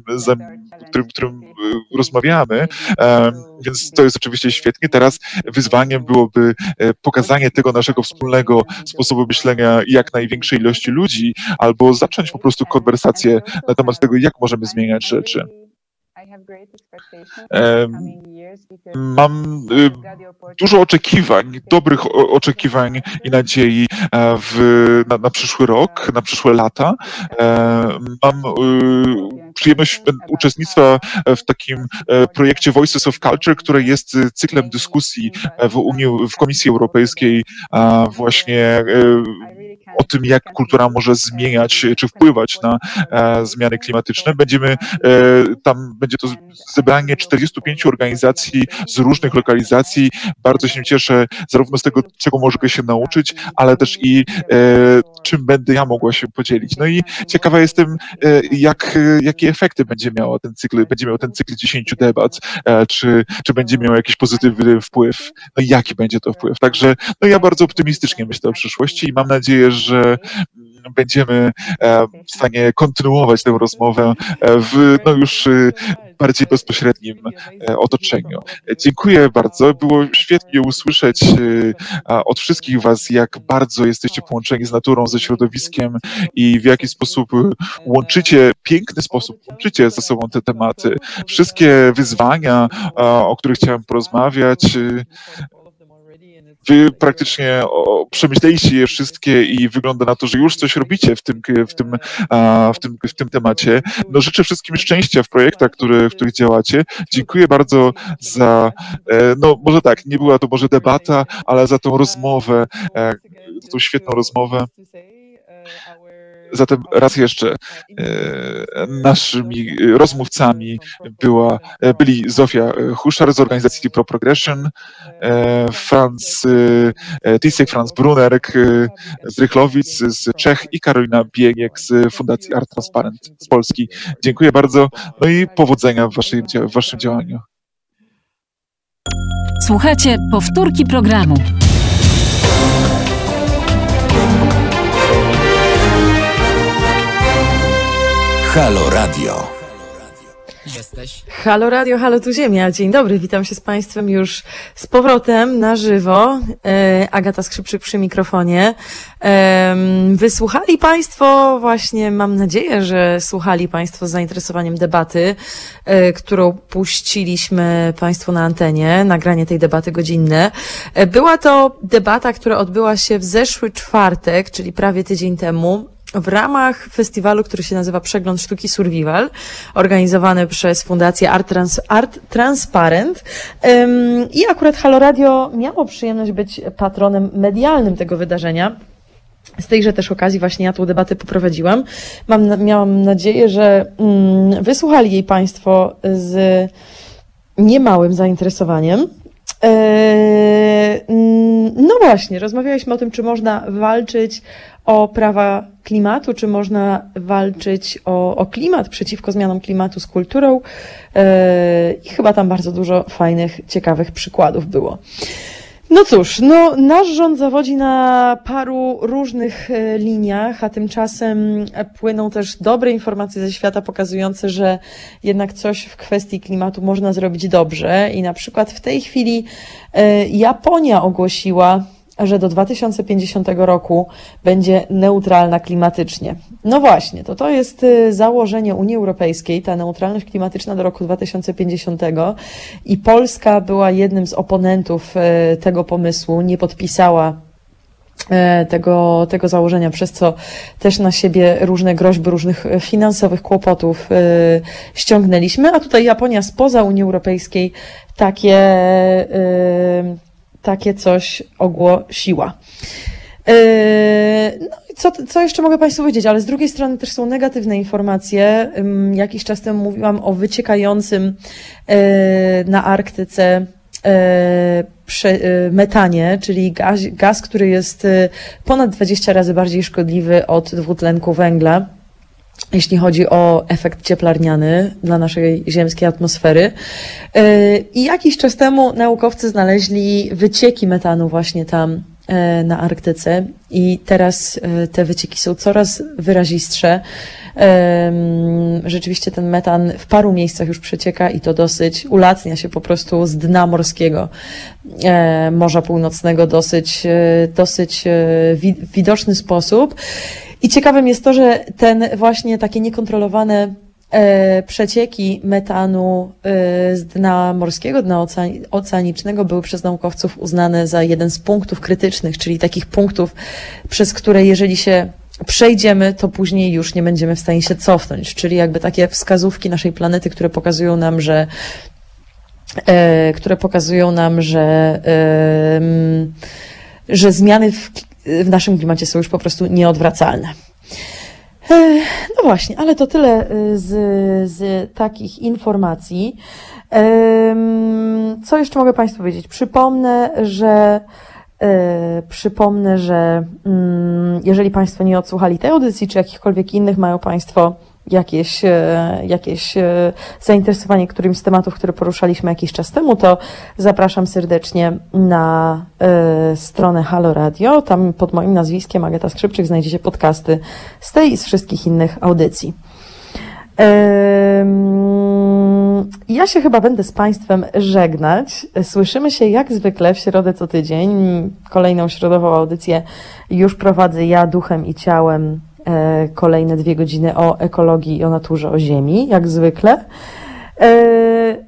rozmawiamy, więc to jest oczywiście świetnie. Teraz wyzwaniem byłoby pokazanie tego naszego wspólnego sposobu myślenia jak największej ilości ludzi, albo zacząć po prostu konwersację na temat tego, jak możemy zmieniać rzeczy. Mam dużo oczekiwań, dobrych oczekiwań i nadziei na przyszły rok, na przyszłe lata. Mam przyjemność uczestnictwa w takim projekcie Voices of Culture, które jest cyklem dyskusji w Komisji Europejskiej właśnie o tym, jak kultura może zmieniać czy wpływać na zmiany klimatyczne. Będzie to zebranie 45 organizacji z różnych lokalizacji. Bardzo się cieszę zarówno z tego, czego mogę się nauczyć, ale też i czym będę ja mogła się podzielić. No i ciekawa jestem, jakie efekty będzie miał ten cykl 10 debat, czy będzie miał jakiś pozytywny wpływ, no i jaki będzie to wpływ. Także no ja bardzo optymistycznie myślę o przyszłości i mam nadzieję, że będziemy w stanie kontynuować tę rozmowę w już bardziej bezpośrednim otoczeniu. Dziękuję bardzo. Było świetnie usłyszeć od wszystkich Was, jak bardzo jesteście połączeni z naturą, ze środowiskiem i w jaki sposób w piękny sposób łączycie ze sobą te tematy. Wszystkie wyzwania, o których chciałem porozmawiać, Wy praktycznie przemyśleliście je wszystkie i wygląda na to, że już coś robicie w tym temacie. No, życzę wszystkim szczęścia w projektach, w których działacie. Dziękuję bardzo za, może tak, nie była to może debata, ale za tą rozmowę, za tą świetną rozmowę. Zatem raz jeszcze naszymi rozmówcami byli Zofia Huszar z organizacji Pro Progression, Franz Brunner z Rychlowic z Czech i Karolina Bieniek z Fundacji Art Transparent z Polski. Dziękuję bardzo, no i powodzenia w waszym działaniu. Słuchajcie powtórki programu. Halo Radio. Halo Radio, halo tu Ziemia. Dzień dobry, witam się z Państwem już z powrotem na żywo. Agata Skrzypczyk przy mikrofonie. Wysłuchali Państwo, właśnie mam nadzieję, że słuchali Państwo z zainteresowaniem debaty, którą puściliśmy Państwu na antenie, nagranie tej debaty godzinne. Była to debata, która odbyła się w zeszły czwartek, czyli prawie tydzień temu, w ramach festiwalu, który się nazywa Przegląd Sztuki Survival, organizowany przez Fundację Art Transparent. I akurat Halo Radio miało przyjemność być patronem medialnym tego wydarzenia. Z tejże też okazji właśnie ja tą debatę poprowadziłam. Miałam nadzieję, że wysłuchali jej Państwo z niemałym zainteresowaniem. No właśnie, rozmawialiśmy o tym, czy można walczyć o prawa klimatu, czy można walczyć o klimat, przeciwko zmianom klimatu z kulturą. I chyba tam bardzo dużo fajnych, ciekawych przykładów było. No cóż, nasz rząd zawodzi na paru różnych liniach, a tymczasem płyną też dobre informacje ze świata pokazujące, że jednak coś w kwestii klimatu można zrobić dobrze i na przykład w tej chwili Japonia ogłosiła, że do 2050 roku będzie neutralna klimatycznie. No właśnie, to jest założenie Unii Europejskiej, ta neutralność klimatyczna do roku 2050 i Polska była jednym z oponentów tego pomysłu, nie podpisała tego założenia, przez co też na siebie różne groźby, różnych finansowych kłopotów ściągnęliśmy, a tutaj Japonia spoza Unii Europejskiej takie coś ogłosiła. No i co jeszcze mogę Państwu powiedzieć, ale z drugiej strony też są negatywne informacje. Jakiś czas temu mówiłam o wyciekającym na Arktyce metanie, czyli gaz, który jest ponad 20 razy bardziej szkodliwy od dwutlenku węgla, jeśli chodzi o efekt cieplarniany dla naszej ziemskiej atmosfery. I jakiś czas temu naukowcy znaleźli wycieki metanu właśnie tam na Arktyce i teraz te wycieki są coraz wyrazistsze. Rzeczywiście ten metan w paru miejscach już przecieka i to dosyć ulatnia się po prostu z dna morskiego Morza Północnego dosyć widoczny sposób. I ciekawym jest to, że ten właśnie takie niekontrolowane przecieki metanu z dna morskiego, dna oceanicznego były przez naukowców uznane za jeden z punktów krytycznych, czyli takich punktów, przez które jeżeli się przejdziemy, to później już nie będziemy w stanie się cofnąć, czyli jakby takie wskazówki naszej planety, które pokazują nam, że zmiany w naszym klimacie są już po prostu nieodwracalne. No właśnie, ale to tyle z takich informacji. Co jeszcze mogę Państwu powiedzieć? Przypomnę, że jeżeli Państwo nie odsłuchali tej audycji, czy jakichkolwiek innych, mają Państwo jakieś zainteresowanie którymś z tematów, które poruszaliśmy jakiś czas temu, to zapraszam serdecznie na stronę Halo Radio. Tam pod moim nazwiskiem Agata Skrzypczyk znajdziecie podcasty z tej i z wszystkich innych audycji. Ja się chyba będę z Państwem żegnać. Słyszymy się jak zwykle w środę co tydzień. Kolejną środową audycję już prowadzę ja duchem i ciałem. Kolejne 2 godziny o ekologii i o naturze, o ziemi, jak zwykle.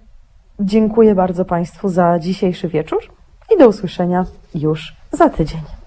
Dziękuję bardzo Państwu za dzisiejszy wieczór i do usłyszenia już za tydzień.